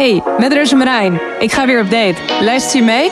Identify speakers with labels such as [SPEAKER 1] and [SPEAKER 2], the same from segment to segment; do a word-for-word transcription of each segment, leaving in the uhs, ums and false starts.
[SPEAKER 1] Hey, met Rus en Marijn. Ik ga weer op date. Luister je mee?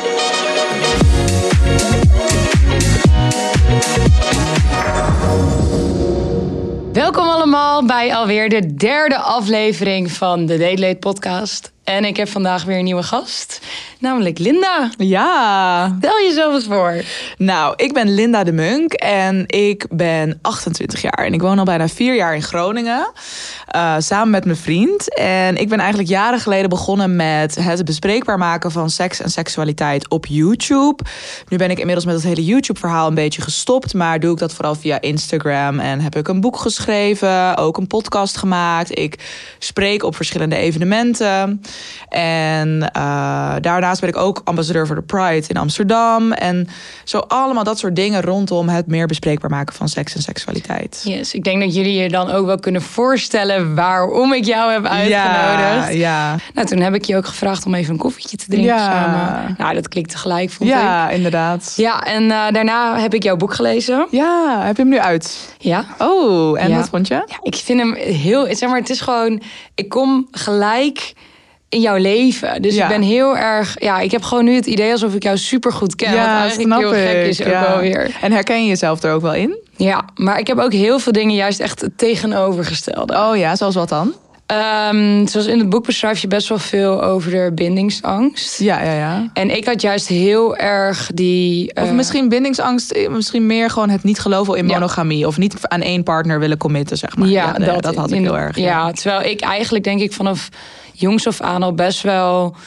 [SPEAKER 1] Welkom allemaal bij alweer de derde aflevering van de Date Late podcast. En ik heb vandaag weer een nieuwe gast, namelijk Linda.
[SPEAKER 2] Ja.
[SPEAKER 1] Stel jezelf eens voor.
[SPEAKER 2] Nou, ik ben Linda de Munk en ik ben achtentwintig jaar. En ik woon al bijna vier jaar in Groningen, uh, samen met mijn vriend. En ik ben eigenlijk jaren geleden begonnen met het bespreekbaar maken van seks en seksualiteit op YouTube. Nu ben ik inmiddels met het hele YouTube-verhaal een beetje gestopt, maar doe ik dat vooral via Instagram. En heb ik een boek geschreven, ook een podcast gemaakt. Ik spreek op verschillende evenementen. En uh, daarnaast ben ik ook ambassadeur voor de Pride in Amsterdam. En zo allemaal dat soort dingen rondom het meer bespreekbaar maken van seks en seksualiteit.
[SPEAKER 1] Yes, ik denk dat jullie je dan ook wel kunnen voorstellen waarom ik jou heb uitgenodigd.
[SPEAKER 2] Ja, ja.
[SPEAKER 1] Nou, toen heb ik je ook gevraagd om even een koffietje te drinken
[SPEAKER 2] Ja.
[SPEAKER 1] samen. Nou, dat klikte gelijk, vond ik.
[SPEAKER 2] Ja, inderdaad.
[SPEAKER 1] Ja, en uh, daarna heb ik jouw boek gelezen.
[SPEAKER 2] Ja, heb je hem nu uit?
[SPEAKER 1] Ja.
[SPEAKER 2] Oh, en
[SPEAKER 1] Ja.
[SPEAKER 2] wat vond je?
[SPEAKER 1] Ja, ik vind hem heel... Zeg maar, het is gewoon... Ik kom gelijk in jouw leven. Dus
[SPEAKER 2] Ja.
[SPEAKER 1] ik ben heel erg... Ja, ik heb gewoon nu het idee alsof ik jou supergoed ken. wat eigenlijk
[SPEAKER 2] snap
[SPEAKER 1] heel gek
[SPEAKER 2] ik.
[SPEAKER 1] is ook
[SPEAKER 2] Ja.
[SPEAKER 1] wel weer.
[SPEAKER 2] En herken je jezelf er ook wel in?
[SPEAKER 1] Ja, maar ik heb ook heel veel dingen juist echt het tegenovergestelde.
[SPEAKER 2] Oh ja, zoals wat dan?
[SPEAKER 1] Um, zoals in het boek beschrijf je best wel veel over de bindingsangst.
[SPEAKER 2] Ja, ja, ja.
[SPEAKER 1] En ik had juist heel erg die...
[SPEAKER 2] Of
[SPEAKER 1] uh,
[SPEAKER 2] misschien bindingsangst, misschien meer gewoon het niet geloven in
[SPEAKER 1] Ja.
[SPEAKER 2] monogamie. Of niet aan één partner willen committen, zeg maar.
[SPEAKER 1] Ja,
[SPEAKER 2] nee,
[SPEAKER 1] dat,
[SPEAKER 2] dat had ik
[SPEAKER 1] in-
[SPEAKER 2] heel erg.
[SPEAKER 1] Ja, terwijl ik eigenlijk denk ik vanaf jongs af aan al best wel...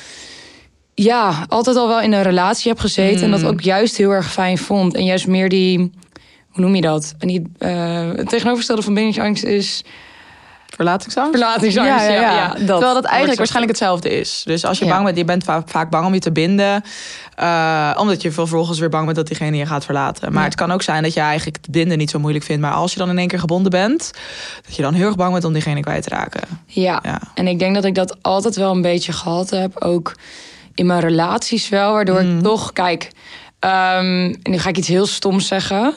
[SPEAKER 1] Ja, altijd al wel in een relatie heb gezeten. En dat ook juist heel erg fijn vond. En juist meer die... Hoe noem je dat? En die, uh, het tegenovergestelde van bindingsangst is...
[SPEAKER 2] Verlatingsangst?
[SPEAKER 1] Verlatingsangst, ja, ja, ja, dat.
[SPEAKER 2] Terwijl dat
[SPEAKER 1] Wordt
[SPEAKER 2] eigenlijk
[SPEAKER 1] zo
[SPEAKER 2] waarschijnlijk hetzelfde is. Dus als je
[SPEAKER 1] Ja.
[SPEAKER 2] bang bent, je bent va- vaak bang om je te binden. Uh, omdat je vervolgens weer bang bent dat diegene je gaat verlaten. Maar
[SPEAKER 1] Ja.
[SPEAKER 2] het kan ook zijn dat je eigenlijk het binden niet zo moeilijk vindt. Maar als je dan in één keer gebonden bent, dat je dan heel erg bang bent om diegene kwijt te raken.
[SPEAKER 1] Ja.
[SPEAKER 2] Ja.
[SPEAKER 1] En ik denk dat ik dat altijd wel een beetje gehad heb. Ook in mijn relaties wel. Waardoor
[SPEAKER 2] Mm.
[SPEAKER 1] ik toch, kijk... Um, en nu ga ik iets heel stoms zeggen.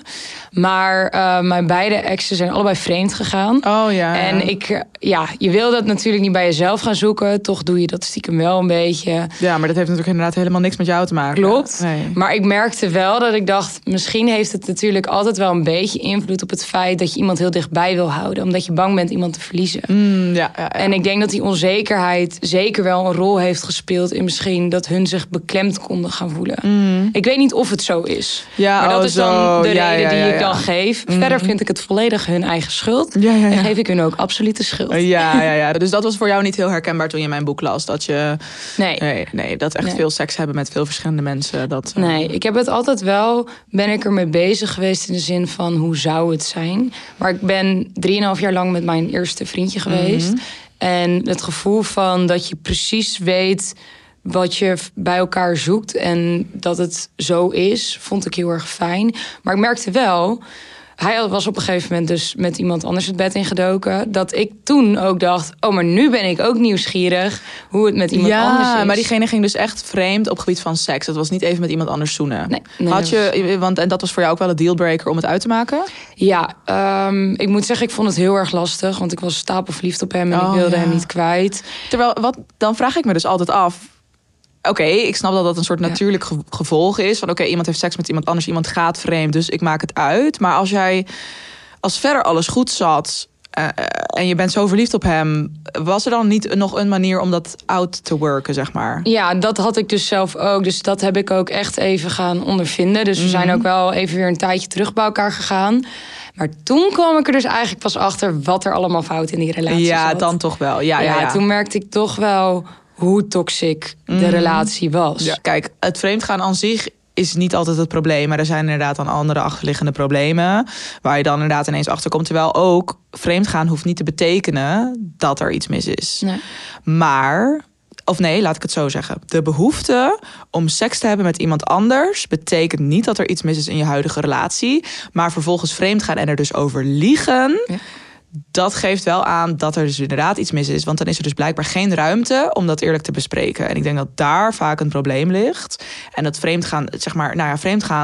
[SPEAKER 1] Maar uh, mijn beide exen zijn allebei vreemd gegaan.
[SPEAKER 2] Oh ja.
[SPEAKER 1] En ik, ja, je wil dat natuurlijk niet bij jezelf gaan zoeken. Toch doe je dat stiekem wel een beetje.
[SPEAKER 2] Ja, maar dat heeft natuurlijk inderdaad helemaal niks met jou te maken.
[SPEAKER 1] Klopt.
[SPEAKER 2] Nee.
[SPEAKER 1] Maar ik merkte wel dat ik dacht... misschien heeft het natuurlijk altijd wel een beetje invloed op het feit... dat je iemand heel dichtbij wil houden. Omdat je bang bent iemand te verliezen.
[SPEAKER 2] Mm, ja, ja, ja.
[SPEAKER 1] En ik denk dat die onzekerheid zeker wel een rol heeft gespeeld... in misschien dat hun zich beklemd konden gaan voelen.
[SPEAKER 2] Mm.
[SPEAKER 1] Ik weet niet of het zo is.
[SPEAKER 2] Ja,
[SPEAKER 1] maar dat
[SPEAKER 2] oh,
[SPEAKER 1] is dan
[SPEAKER 2] zo.
[SPEAKER 1] de
[SPEAKER 2] Ja,
[SPEAKER 1] reden
[SPEAKER 2] ja,
[SPEAKER 1] die
[SPEAKER 2] ja,
[SPEAKER 1] ik
[SPEAKER 2] ja.
[SPEAKER 1] dan geef.
[SPEAKER 2] Mm.
[SPEAKER 1] Verder vind ik het volledig hun eigen schuld.
[SPEAKER 2] Ja, ja, ja.
[SPEAKER 1] En geef ik hun ook absolute schuld.
[SPEAKER 2] Ja, ja, ja. Dus dat was voor jou niet heel herkenbaar toen je mijn boek las. Dat je...
[SPEAKER 1] Nee.
[SPEAKER 2] Nee, nee dat echt
[SPEAKER 1] Nee.
[SPEAKER 2] veel seks hebben met veel verschillende mensen. Dat, uh...
[SPEAKER 1] Nee, ik heb het altijd wel... ben ik ermee bezig geweest in de zin van... hoe zou het zijn? Maar ik ben drieënhalf jaar lang met mijn eerste vriendje geweest.
[SPEAKER 2] Mm-hmm.
[SPEAKER 1] En het gevoel van dat je precies weet... wat je bij elkaar zoekt en dat het zo is, vond ik heel erg fijn. Maar ik merkte wel, hij was op een gegeven moment dus met iemand anders het bed ingedoken, dat ik toen ook dacht, oh, maar nu ben ik ook nieuwsgierig hoe het met iemand
[SPEAKER 2] ja,
[SPEAKER 1] anders is.
[SPEAKER 2] maar diegene ging dus echt vreemd op gebied van seks. Het was niet even met iemand anders zoenen.
[SPEAKER 1] Nee, nee,
[SPEAKER 2] Had
[SPEAKER 1] dat
[SPEAKER 2] je, want, en dat was voor jou ook wel een dealbreaker om het uit te maken?
[SPEAKER 1] Ja, um, ik moet zeggen, ik vond het heel erg lastig, want ik was stapelverliefd op hem en
[SPEAKER 2] Oh,
[SPEAKER 1] ik wilde
[SPEAKER 2] ja.
[SPEAKER 1] hem niet kwijt.
[SPEAKER 2] Terwijl, wat, dan vraag ik me dus altijd af. Oké, okay, ik snap dat dat een soort
[SPEAKER 1] Ja.
[SPEAKER 2] natuurlijk ge- gevolg is. Van oké, okay, iemand heeft seks met iemand anders, iemand gaat vreemd, dus ik maak het uit. Maar als jij, als verder alles goed zat uh, en je bent zo verliefd op hem, was er dan niet nog een manier om dat out te worken, zeg maar?
[SPEAKER 1] Ja, dat had ik dus zelf ook. Dus dat heb ik ook echt even gaan ondervinden. Dus we zijn
[SPEAKER 2] Mhm.
[SPEAKER 1] ook wel even weer een tijdje terug bij elkaar gegaan. Maar toen kwam ik er dus eigenlijk pas achter wat er allemaal fout in die relatie
[SPEAKER 2] Ja,
[SPEAKER 1] zat.
[SPEAKER 2] dan toch wel. Ja, ja, ja.
[SPEAKER 1] Toen merkte ik toch wel hoe toxic de
[SPEAKER 2] Mhm.
[SPEAKER 1] relatie was.
[SPEAKER 2] Ja, kijk, het vreemdgaan aan zich is niet altijd het probleem. Maar er zijn inderdaad dan andere achterliggende problemen waar je dan inderdaad ineens achter komt. Terwijl ook vreemdgaan hoeft niet te betekenen dat er iets mis is.
[SPEAKER 1] Nee.
[SPEAKER 2] Maar, of nee, laat ik het zo zeggen. De behoefte om seks te hebben met iemand anders betekent niet dat er iets mis is in je huidige relatie. Maar vervolgens vreemdgaan en er dus over liegen.
[SPEAKER 1] Ja.
[SPEAKER 2] Dat geeft wel aan dat er dus inderdaad iets mis is. Want dan is er dus blijkbaar geen ruimte om dat eerlijk te bespreken. En ik denk dat daar vaak een probleem ligt. En dat vreemdgaan, zeg maar, nou ja, vreemdgaan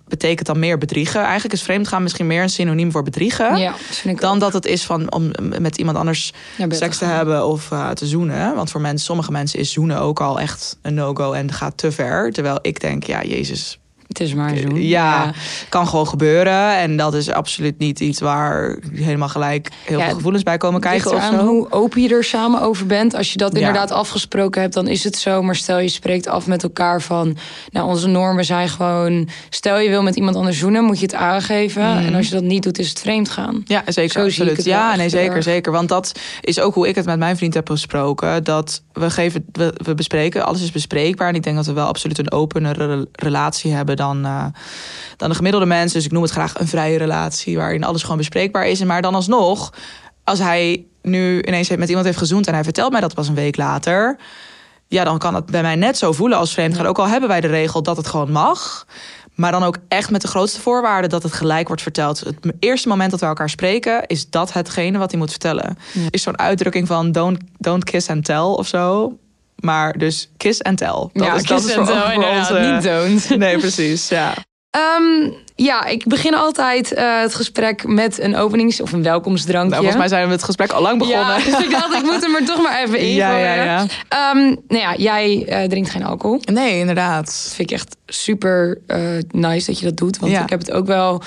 [SPEAKER 2] betekent dan meer bedriegen. Eigenlijk is vreemdgaan misschien meer een synoniem voor bedriegen.
[SPEAKER 1] Ja, dat vind ik
[SPEAKER 2] dan
[SPEAKER 1] ook.
[SPEAKER 2] dat het is van om met iemand anders
[SPEAKER 1] Ja, bed
[SPEAKER 2] seks
[SPEAKER 1] te
[SPEAKER 2] te
[SPEAKER 1] gaan.
[SPEAKER 2] hebben of uh, te zoenen. Want voor mensen, sommige mensen is zoenen ook al echt een no-go en gaat te ver. Terwijl ik denk, ja, Jezus.
[SPEAKER 1] Het is maar zo.
[SPEAKER 2] Ja, ja, kan gewoon gebeuren. En dat is absoluut niet iets waar helemaal gelijk heel
[SPEAKER 1] Ja,
[SPEAKER 2] veel gevoelens bij komen kijken of
[SPEAKER 1] aan
[SPEAKER 2] zo.
[SPEAKER 1] hoe open je er samen over bent. Als je dat
[SPEAKER 2] Ja.
[SPEAKER 1] inderdaad afgesproken hebt, dan is het zo. Maar stel je spreekt af met elkaar van... nou, onze normen zijn gewoon... stel je wil met iemand anders zoenen, moet je het aangeven.
[SPEAKER 2] Mm.
[SPEAKER 1] En als je dat niet doet, is het vreemd gaan.
[SPEAKER 2] Ja, zeker.
[SPEAKER 1] Zo zie ik
[SPEAKER 2] absoluut.
[SPEAKER 1] het wel
[SPEAKER 2] Ja,
[SPEAKER 1] echt
[SPEAKER 2] nee,
[SPEAKER 1] heel
[SPEAKER 2] zeker,
[SPEAKER 1] erg.
[SPEAKER 2] zeker. Want dat is ook hoe ik het met mijn vriend heb besproken. Dat we geven, we, we bespreken, alles is bespreekbaar. En ik denk dat we wel absoluut een openere relatie hebben dan, uh, dan de gemiddelde mensen. Dus ik noem het graag een vrije relatie, waarin alles gewoon bespreekbaar is. Maar dan alsnog, als hij nu ineens met iemand heeft gezoend en hij vertelt mij dat pas een week later, ja, dan kan het bij mij net zo voelen als vreemdgaan.
[SPEAKER 1] Ja.
[SPEAKER 2] Ook al hebben wij de regel dat het gewoon mag, maar dan ook echt met de grootste voorwaarden dat het gelijk wordt verteld. Het eerste moment dat we elkaar spreken, is dat hetgene wat hij moet vertellen.
[SPEAKER 1] Ja.
[SPEAKER 2] Is zo'n uitdrukking van don't, don't kiss and tell of zo. Maar dus kiss and tell. Dat
[SPEAKER 1] ja,
[SPEAKER 2] is, dat is voor, voor
[SPEAKER 1] inderdaad,
[SPEAKER 2] ons, uh,
[SPEAKER 1] niet don't.
[SPEAKER 2] Nee, precies, ja.
[SPEAKER 1] Um, ja, ik begin altijd uh, het gesprek met een openings- of een welkomstdrankje.
[SPEAKER 2] Nou, volgens mij zijn we het gesprek al lang begonnen.
[SPEAKER 1] Ja, dus ik dacht, ik moet hem er toch maar even in
[SPEAKER 2] Ja,
[SPEAKER 1] gooien.
[SPEAKER 2] ja, ja.
[SPEAKER 1] Um, nou ja, jij uh, drinkt geen alcohol.
[SPEAKER 2] Nee, inderdaad.
[SPEAKER 1] Dat vind ik echt super uh, nice dat je dat doet. Want
[SPEAKER 2] Ja.
[SPEAKER 1] ik heb het ook wel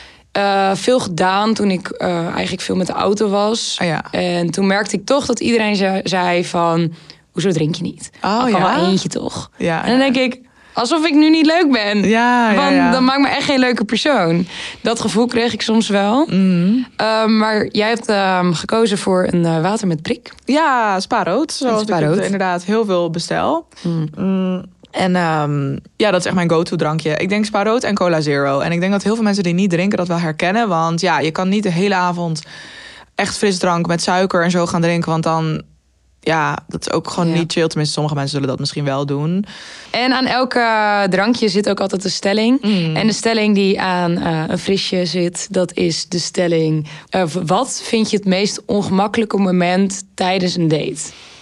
[SPEAKER 1] uh, veel gedaan toen ik uh, eigenlijk veel met de auto was.
[SPEAKER 2] Oh, ja.
[SPEAKER 1] En toen merkte ik toch dat iedereen ze- zei van... hoezo drink je niet?
[SPEAKER 2] Oh,
[SPEAKER 1] Ik kan
[SPEAKER 2] ja?
[SPEAKER 1] wel eentje toch?
[SPEAKER 2] Ja,
[SPEAKER 1] En dan
[SPEAKER 2] ja.
[SPEAKER 1] denk ik... alsof ik nu niet leuk ben.
[SPEAKER 2] Ja, ja,
[SPEAKER 1] Want
[SPEAKER 2] ja.
[SPEAKER 1] dan maakt me echt geen leuke persoon. Dat gevoel kreeg ik soms wel.
[SPEAKER 2] Mm.
[SPEAKER 1] Uh, maar jij hebt uh, gekozen voor een uh, water met prik.
[SPEAKER 2] Ja, spaarrood. Zoals
[SPEAKER 1] Spa rood.
[SPEAKER 2] ik het inderdaad heel veel bestel.
[SPEAKER 1] Mm.
[SPEAKER 2] Mm. En um, ja, dat is echt mijn go-to drankje. Ik denk Spa rood en Cola Zero. En ik denk dat heel veel mensen die niet drinken dat wel herkennen. Want ja, je kan niet de hele avond echt frisdrank met suiker en zo gaan drinken. Want dan, ja, dat is ook gewoon
[SPEAKER 1] Ja.
[SPEAKER 2] niet chill. Tenminste, sommige mensen zullen dat misschien wel doen.
[SPEAKER 1] En aan elke drankje zit ook altijd een stelling.
[SPEAKER 2] Mm.
[SPEAKER 1] En de stelling die aan uh, een frisje zit, dat is de stelling... Uh, wat vind je het meest ongemakkelijke moment tijdens een date?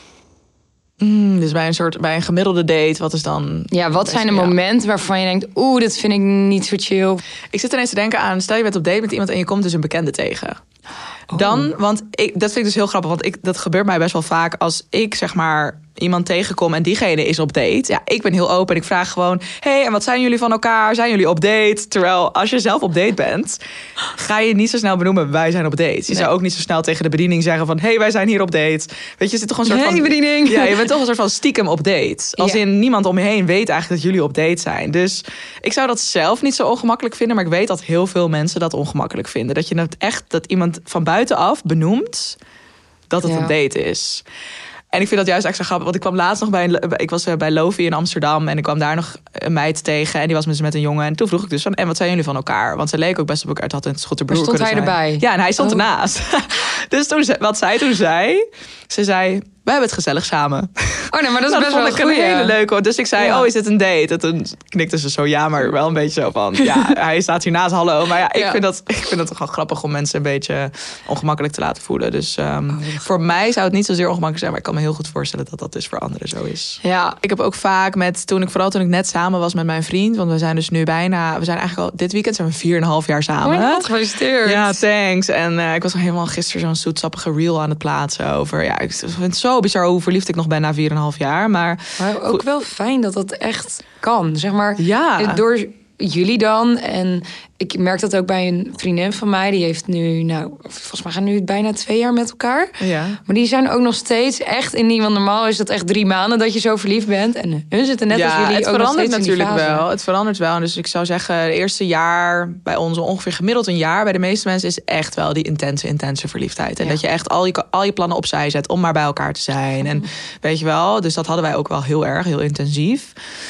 [SPEAKER 2] Mm, dus bij een soort bij een gemiddelde date, wat is dan?
[SPEAKER 1] Ja, wat zijn de
[SPEAKER 2] Ja.
[SPEAKER 1] momenten waarvan je denkt... oeh, dit vind ik niet zo chill.
[SPEAKER 2] Ik zit ineens te denken aan, stel je bent op date met iemand en je komt dus een bekende tegen. Dan, want ik, dat vind ik dus heel grappig, want ik, dat gebeurt mij best wel vaak als ik zeg maar iemand tegenkom en diegene is op date. Ja, ik ben heel open en ik vraag gewoon, hey, en wat zijn jullie van elkaar? Zijn jullie op date? Terwijl als je zelf op date bent, ga je niet zo snel benoemen, wij zijn op date. Je
[SPEAKER 1] Nee.
[SPEAKER 2] zou ook niet zo snel tegen de bediening zeggen van, hey, wij zijn hier op date. Weet je, je zit toch een soort
[SPEAKER 1] Hey,
[SPEAKER 2] van
[SPEAKER 1] bediening.
[SPEAKER 2] Ja, je bent toch een soort van stiekem op date. Als
[SPEAKER 1] Ja.
[SPEAKER 2] in niemand om je heen weet eigenlijk dat jullie op date zijn. Dus ik zou dat zelf niet zo ongemakkelijk vinden, maar ik weet dat heel veel mensen dat ongemakkelijk vinden. Dat je het echt, dat iemand van buitenaf benoemt dat het
[SPEAKER 1] Ja.
[SPEAKER 2] een date is. En ik vind dat juist extra grappig, want ik kwam laatst nog bij een, ik was bij Lofi in Amsterdam en ik kwam daar nog een meid tegen en die was met, met een jongen en toen vroeg ik dus van, en wat zijn jullie van elkaar? Want ze leken ook best op elkaar, het had een schot
[SPEAKER 1] Maar stond hij erbij?
[SPEAKER 2] Ja, en hij stond
[SPEAKER 1] Oh.
[SPEAKER 2] ernaast. Dus toen, ze- wat zij toen zei, ze zei, we hebben het gezellig samen.
[SPEAKER 1] Oh nee, maar dat is
[SPEAKER 2] Nou,
[SPEAKER 1] best wel
[SPEAKER 2] vond
[SPEAKER 1] een
[SPEAKER 2] ik een
[SPEAKER 1] goeie.
[SPEAKER 2] hele leuke. hoor. Dus ik zei,
[SPEAKER 1] Ja.
[SPEAKER 2] oh, is dit een date? En toen knikte ze zo, ja, maar wel een beetje zo van, ja, hij staat hiernaast, hallo. Maar ja, ik,
[SPEAKER 1] Ja.
[SPEAKER 2] Vind, dat, ik vind het toch wel grappig om mensen een beetje ongemakkelijk te laten voelen. Dus um,
[SPEAKER 1] Oh,
[SPEAKER 2] voor mij zou het niet zozeer ongemakkelijk zijn, maar ik kan me heel goed voorstellen dat dat dus voor anderen zo is.
[SPEAKER 1] Ja,
[SPEAKER 2] Ik heb ook vaak met, toen ik vooral toen ik net samen was met mijn vriend, want we zijn dus nu bijna, we zijn eigenlijk al, dit weekend zijn we vier en een half jaar
[SPEAKER 1] oh
[SPEAKER 2] samen.
[SPEAKER 1] my god, gefeliciteerd.
[SPEAKER 2] Ja, thanks. En uh, ik was nog helemaal gisteren zo'n zoetsappige reel aan het plaatsen over. Ja, ik vind het zo bizar hoe verliefd ik nog ben na vier en een half jaar. Maar
[SPEAKER 1] Maar ook wel fijn dat dat echt kan. Zeg maar,
[SPEAKER 2] ja,
[SPEAKER 1] door jullie dan. En ik merk dat ook bij een vriendin van mij. Die heeft nu, nou, volgens mij gaan nu bijna twee jaar met elkaar.
[SPEAKER 2] ja.
[SPEAKER 1] Maar die zijn ook nog steeds echt in die. Want normaal is dat echt drie maanden dat je zo verliefd bent. En hun zitten net
[SPEAKER 2] ja,
[SPEAKER 1] als jullie
[SPEAKER 2] het
[SPEAKER 1] ook nog
[SPEAKER 2] verandert
[SPEAKER 1] steeds in die
[SPEAKER 2] natuurlijk
[SPEAKER 1] fase.
[SPEAKER 2] wel. Het verandert wel. Dus ik zou zeggen, het eerste jaar bij ons ongeveer gemiddeld een jaar bij de meeste mensen is echt wel die intense, intense verliefdheid. En
[SPEAKER 1] Ja.
[SPEAKER 2] dat je echt al je, al je plannen opzij zet om maar bij elkaar te zijn. En weet je wel, dus dat hadden wij ook wel heel erg, heel intensief.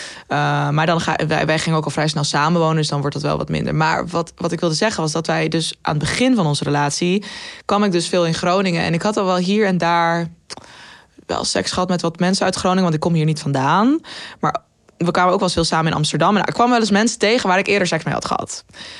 [SPEAKER 2] Uh, maar dan ga, wij, wij gingen ook al vrij snel samenwonen, dus dan wordt dat wel wat minder. Maar wat, wat ik wilde zeggen was dat wij dus aan het begin van onze relatie kwam ik dus veel in Groningen. En ik had al wel hier en daar wel seks gehad met wat mensen uit Groningen, want ik kom hier niet vandaan. Maar we kwamen ook wel eens veel samen in Amsterdam. En ik kwam wel eens mensen tegen waar ik eerder seks mee had gehad.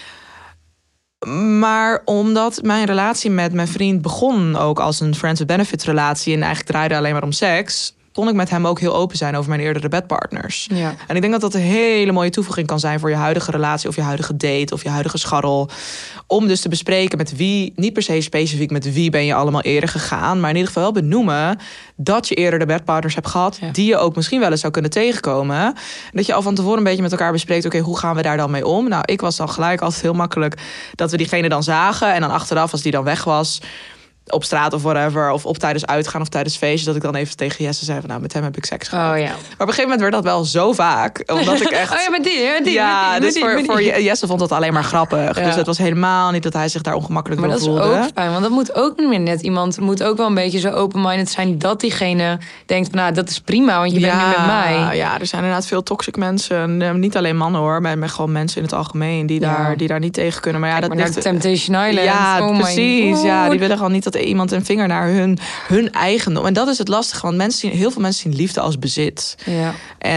[SPEAKER 2] Maar omdat mijn relatie met mijn vriend begon ook als een friends with benefits relatie en eigenlijk draaide alleen maar om seks, kon ik met hem ook heel open zijn over mijn eerdere bedpartners.
[SPEAKER 1] Ja.
[SPEAKER 2] En ik denk dat dat een hele mooie toevoeging kan zijn voor je huidige relatie of je huidige date of je huidige scharrel. Om dus te bespreken met wie, niet per se specifiek met wie ben je allemaal eerder gegaan, maar in ieder geval wel benoemen dat je eerder de bedpartners hebt gehad, ja. die je ook misschien wel eens zou kunnen tegenkomen. En dat je al van tevoren een beetje met elkaar bespreekt, oké, okay, hoe gaan we daar dan mee om? Nou, ik was dan gelijk altijd heel makkelijk dat we diegene dan zagen en dan achteraf, als die dan weg was, op straat of whatever, of op tijdens uitgaan of tijdens feestjes, dat ik dan even tegen Jesse zei van, nou, met hem heb ik seks gehad.
[SPEAKER 1] Oh, ja.
[SPEAKER 2] Maar op een gegeven moment werd dat wel zo vaak, omdat ik echt...
[SPEAKER 1] oh ja, met die, hè? Die,
[SPEAKER 2] ja,
[SPEAKER 1] met die,
[SPEAKER 2] dus
[SPEAKER 1] met
[SPEAKER 2] voor,
[SPEAKER 1] die,
[SPEAKER 2] voor
[SPEAKER 1] die.
[SPEAKER 2] Jesse vond dat alleen maar grappig.
[SPEAKER 1] Ja.
[SPEAKER 2] Dus het was helemaal niet dat hij zich daar ongemakkelijk
[SPEAKER 1] maar
[SPEAKER 2] door voelde.
[SPEAKER 1] Maar dat is ook fijn, want dat moet ook niet meer net. Iemand moet ook wel een beetje zo open-minded zijn dat diegene denkt van, nou, dat is prima, want je
[SPEAKER 2] ja,
[SPEAKER 1] bent nu met mij.
[SPEAKER 2] Ja, er zijn inderdaad veel toxic mensen. Niet alleen mannen hoor, maar, maar gewoon mensen in het algemeen die, ja. daar, die daar niet tegen kunnen. Maar ja,
[SPEAKER 1] Kijk,
[SPEAKER 2] dat
[SPEAKER 1] maar
[SPEAKER 2] ligt...
[SPEAKER 1] Temptation Island.
[SPEAKER 2] Ja,
[SPEAKER 1] oh
[SPEAKER 2] precies. Ja, die willen gewoon niet dat iemand een vinger naar hun, hun eigendom. En dat is het lastige, want mensen zien, heel veel mensen zien liefde als bezit.
[SPEAKER 1] Ja.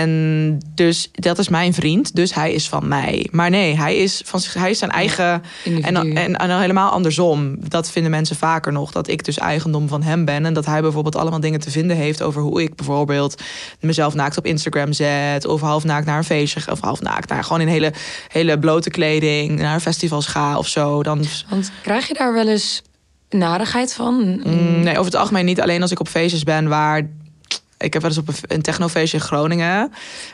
[SPEAKER 2] En dus dat is mijn vriend, dus hij is van mij. Maar nee, hij is van zich, hij is zijn eigen. Ja, en, dan, en, en dan helemaal andersom. Dat vinden mensen vaker nog, dat ik dus eigendom van hem ben en dat hij bijvoorbeeld allemaal dingen te vinden heeft over hoe ik bijvoorbeeld mezelf naakt op Instagram zet, of half naakt naar een feestje, of half naakt naar gewoon in hele, hele blote kleding naar festivals ga of zo. Dan...
[SPEAKER 1] Want krijg je daar wel eens narigheid van?
[SPEAKER 2] Mm, nee, over het algemeen niet. Alleen als ik op feestjes ben waar... Ik heb wel eens op een technofeestje in Groningen.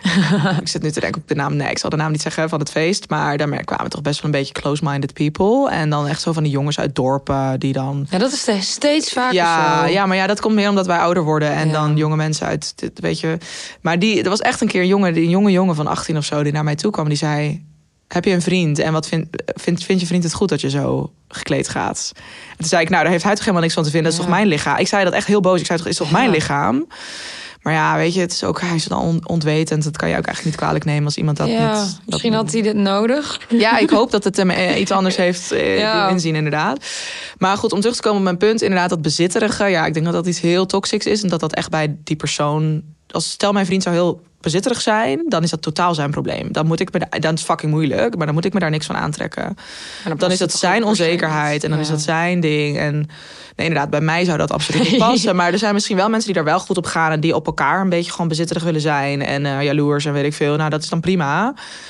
[SPEAKER 2] Ik zit nu te denken op de naam. Nee, ik zal de naam niet zeggen van het feest. Maar daar kwamen toch best wel een beetje close-minded people. En dan echt zo van die jongens uit dorpen die dan...
[SPEAKER 1] Ja, dat is steeds vaker
[SPEAKER 2] ja,
[SPEAKER 1] zo.
[SPEAKER 2] Ja, maar ja, dat komt meer omdat wij ouder worden. En ja. dan jonge mensen uit, weet je... Maar die, er was echt een keer een jongen, een jonge jongen van achttien of zo... die naar mij toe kwam. Die zei... Heb je een vriend? En wat vindt vind, vind je vriend het goed dat je zo gekleed gaat? En toen zei ik, nou, daar heeft hij toch helemaal niks van te vinden. Dat is ja. toch mijn lichaam? Ik zei dat echt heel boos. Ik zei, toch, is toch ja. mijn lichaam? Maar ja, weet je, het is ook, hij is dan ontwetend. Dat kan je ook eigenlijk niet kwalijk nemen als iemand dat
[SPEAKER 1] ja,
[SPEAKER 2] niet...
[SPEAKER 1] Misschien
[SPEAKER 2] dat,
[SPEAKER 1] had hij dit nodig.
[SPEAKER 2] Ja, ik hoop dat het hem iets anders heeft uh, ja. inzien, inderdaad. Maar goed, om terug te komen op mijn punt, inderdaad, dat bezitterige. Ja, ik denk dat dat iets heel toxics is. En dat dat echt bij die persoon... Als stel mijn vriend zou heel bezitterig zijn, dan is dat totaal zijn probleem. Dan moet ik me daar, dan is het fucking moeilijk, maar dan moet ik me daar niks van aantrekken. Dan, dan is dat zijn onzekerheid en dan ja. is dat zijn ding. En nee, inderdaad, bij mij zou dat absoluut niet passen. Maar er zijn misschien wel mensen die daar wel goed op gaan en die op elkaar een beetje gewoon bezitterig willen zijn en uh, jaloers en weet ik veel. Nou, dat is dan prima.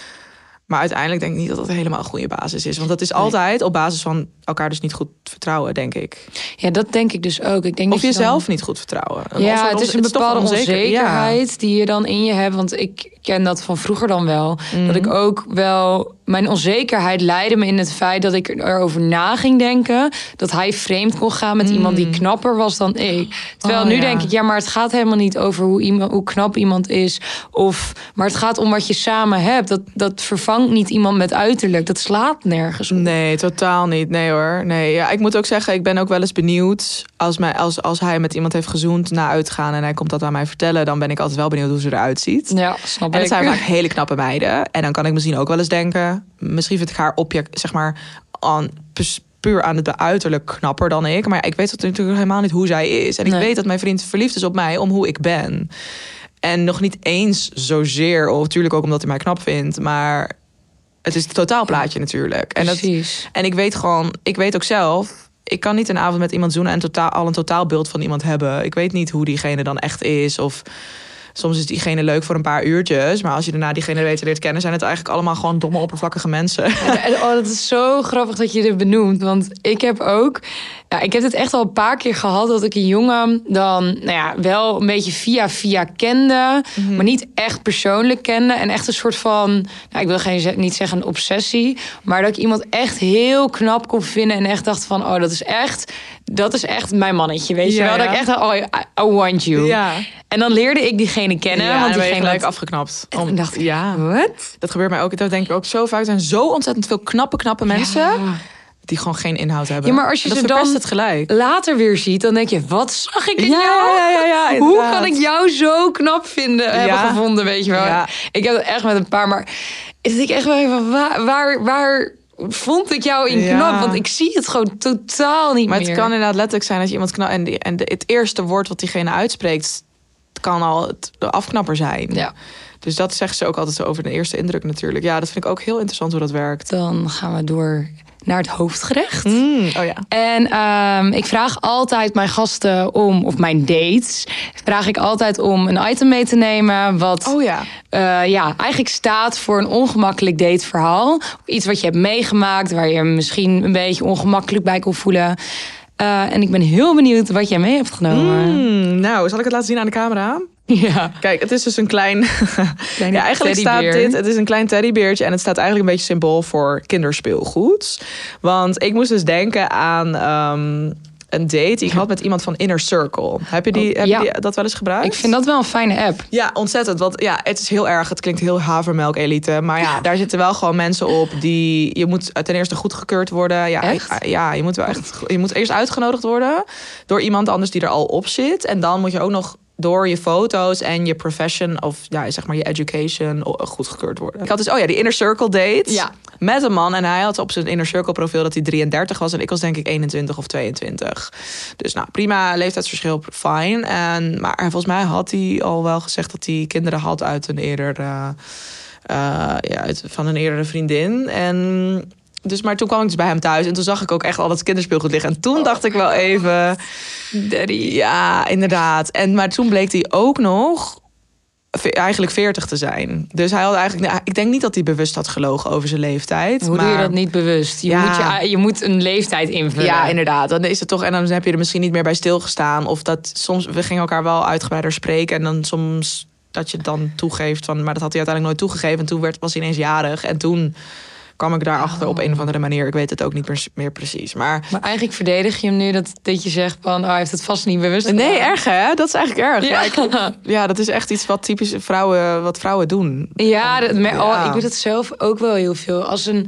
[SPEAKER 2] Maar uiteindelijk denk ik niet dat dat helemaal een goede basis is. Want dat is altijd op basis van elkaar dus niet goed vertrouwen, denk ik.
[SPEAKER 1] Ja, dat denk ik dus ook. Ik denk
[SPEAKER 2] of
[SPEAKER 1] dat
[SPEAKER 2] jezelf
[SPEAKER 1] dan...
[SPEAKER 2] niet goed vertrouwen.
[SPEAKER 1] Ja, het is een bepaalde
[SPEAKER 2] onzeker...
[SPEAKER 1] onzekerheid
[SPEAKER 2] ja.
[SPEAKER 1] die je dan in je hebt. Want ik ken dat van vroeger dan wel. Mm. Dat ik ook wel... Mijn onzekerheid leidde me in het feit dat ik erover na ging denken. Dat hij vreemd kon gaan met mm. iemand die knapper was dan ik. Terwijl oh, nu ja. denk ik, ja, maar het gaat helemaal niet over hoe, iemand, hoe knap iemand is. Of, maar het gaat om wat je samen hebt. Dat, dat vervangt niet iemand met uiterlijk. Dat slaat nergens op.
[SPEAKER 2] Nee, totaal niet. Nee hoor. Nee, ja, ik moet ook zeggen, ik ben ook wel eens benieuwd. Als, mij, als, als hij met iemand heeft gezoend na uitgaan en hij komt dat aan mij vertellen, dan ben ik altijd wel benieuwd hoe ze eruit ziet.
[SPEAKER 1] Ja, snap ik.
[SPEAKER 2] En het zijn vaak hele knappe meiden. En dan kan ik misschien ook wel eens denken, misschien vind ik haar object, zeg maar, aan, puur aan het uiterlijk knapper dan ik. Maar ja, ik weet dat natuurlijk helemaal niet hoe zij is. En ik nee. weet dat mijn vriend verliefd is op mij om hoe ik ben. En nog niet eens zozeer, of natuurlijk ook omdat hij mij knap vindt, maar het is het totaalplaatje natuurlijk. En, dat, en ik weet gewoon, ik weet ook zelf, ik kan niet een avond met iemand zoenen en totaal, al een totaalbeeld van iemand hebben. Ik weet niet hoe diegene dan echt is. Of soms is diegene leuk voor een paar uurtjes, maar als je daarna diegene weet leert kennen, zijn het eigenlijk allemaal gewoon domme, oppervlakkige mensen.
[SPEAKER 1] En, en, oh, dat is zo grappig dat je dit benoemt. Want ik heb ook... Ja, ik heb het echt al een paar keer gehad dat ik een jongen dan, nou ja, wel een beetje via via kende, mm-hmm. maar niet echt persoonlijk kende. En echt een soort van, nou, ik wil geen, niet zeggen een obsessie, maar dat ik iemand echt heel knap kon vinden en echt dacht van, oh, dat is echt, dat is echt mijn mannetje, weet ja, je wel? Ja. Dat ik echt, oh, I, I want you. Ja. En dan leerde ik diegene kennen.
[SPEAKER 2] Ja,
[SPEAKER 1] want
[SPEAKER 2] diegene
[SPEAKER 1] ben je
[SPEAKER 2] gelijk afgeknapt.
[SPEAKER 1] En toen dacht ik, ja, wat?
[SPEAKER 2] Dat gebeurt mij ook. Dat denk ik ook zo vaak. Er zijn zo ontzettend veel knappe, knappe mensen ja. die gewoon geen inhoud hebben.
[SPEAKER 1] Ja, maar als je
[SPEAKER 2] dat
[SPEAKER 1] ze dan
[SPEAKER 2] het gelijk.
[SPEAKER 1] later weer ziet, dan denk je, wat zag ik in
[SPEAKER 2] ja,
[SPEAKER 1] jou?
[SPEAKER 2] Ja, ja, ja,
[SPEAKER 1] hoe kan ik jou zo knap vinden, ja. hebben gevonden, weet je wel?
[SPEAKER 2] Ja.
[SPEAKER 1] Ik heb het echt met een paar, maar is ik echt wel even, waar, waar, waar vond ik jou in knap? Ja. Want ik zie het gewoon totaal niet
[SPEAKER 2] maar
[SPEAKER 1] meer.
[SPEAKER 2] Maar het kan inderdaad letterlijk zijn dat je iemand knap en, die, en de, het eerste woord wat diegene uitspreekt kan al de afknapper zijn.
[SPEAKER 1] Ja.
[SPEAKER 2] Dus dat zeggen ze ook altijd zo over de eerste indruk natuurlijk. Ja, dat vind ik ook heel interessant hoe dat werkt.
[SPEAKER 1] Dan gaan we door naar het hoofdgerecht.
[SPEAKER 2] Mm, oh ja.
[SPEAKER 1] En um, ik vraag altijd mijn gasten om, of mijn dates, vraag ik altijd om een item mee te nemen wat
[SPEAKER 2] Oh ja.
[SPEAKER 1] uh, ja, eigenlijk staat voor een ongemakkelijk dateverhaal. Iets wat je hebt meegemaakt, waar je misschien een beetje ongemakkelijk bij kon voelen. Uh, en ik ben heel benieuwd wat jij mee hebt genomen.
[SPEAKER 2] Mm, nou, zal ik het laten zien aan de camera?
[SPEAKER 1] Ja.
[SPEAKER 2] Kijk, het is dus een klein... ja, eigenlijk staat dit... Het is een klein teddybeertje en het staat eigenlijk een beetje symbool voor kinderspeelgoed. Want ik moest dus denken aan um, een date die ik had met iemand van Inner Circle. Heb je, die,
[SPEAKER 1] oh,
[SPEAKER 2] heb
[SPEAKER 1] ja.
[SPEAKER 2] je die, dat wel eens gebruikt?
[SPEAKER 1] Ik vind dat wel een fijne app.
[SPEAKER 2] Ja, ontzettend. Want ja, het is heel erg... Het klinkt heel havermelk-elite. Maar ja, daar zitten wel gewoon mensen op die... Je moet ten eerste goedgekeurd worden. Ja,
[SPEAKER 1] echt?
[SPEAKER 2] Ja, je moet wel echt... Je moet eerst uitgenodigd worden door iemand anders die er al op zit. En dan moet je ook nog... door je foto's en je profession of ja, zeg maar je education goedgekeurd worden. Ik had dus, oh ja, die Inner Circle date
[SPEAKER 1] ja.
[SPEAKER 2] met een man. En hij had op zijn Inner Circle profiel dat hij drieëndertig was. En ik was denk ik eenentwintig of tweeëntwintig. Dus nou, prima leeftijdsverschil, fijn. En, maar volgens mij had hij al wel gezegd dat hij kinderen had uit een eerder... Uh, uh, ja, uit, van een eerdere vriendin. En... Dus, maar toen kwam ik dus bij hem thuis en toen zag ik ook echt al dat kinderspeelgoed liggen. En toen dacht ik wel even... Daddy. Ja, inderdaad. En, maar toen bleek hij ook nog eigenlijk veertig te zijn. Dus hij had eigenlijk... Nou, ik denk niet dat hij bewust had gelogen over zijn leeftijd.
[SPEAKER 1] Hoe
[SPEAKER 2] maar,
[SPEAKER 1] doe je dat niet bewust? Je,
[SPEAKER 2] ja,
[SPEAKER 1] moet je, je moet een leeftijd invullen.
[SPEAKER 2] Ja, inderdaad. Dan is het toch... En dan heb je er misschien niet meer bij stilgestaan. Of dat soms... We gingen elkaar wel uitgebreider spreken. En dan soms dat je dan toegeeft van... Maar dat had hij uiteindelijk nooit toegegeven. En toen werd, was hij ineens jarig. En toen... kwam ik daarachter oh. op een of andere manier. Ik weet het ook niet meer, meer precies. Maar,
[SPEAKER 1] maar eigenlijk verdedig je hem nu dat, dat je zegt van... oh, hij heeft het vast niet bewust gedaan.
[SPEAKER 2] Nee, erg hè? Dat is eigenlijk erg.
[SPEAKER 1] Ja,
[SPEAKER 2] ja, ik, ja dat is echt iets wat typisch vrouwen, wat vrouwen doen.
[SPEAKER 1] Ja, dat, maar, oh, ja. ik doe dat zelf ook wel heel veel. Als een,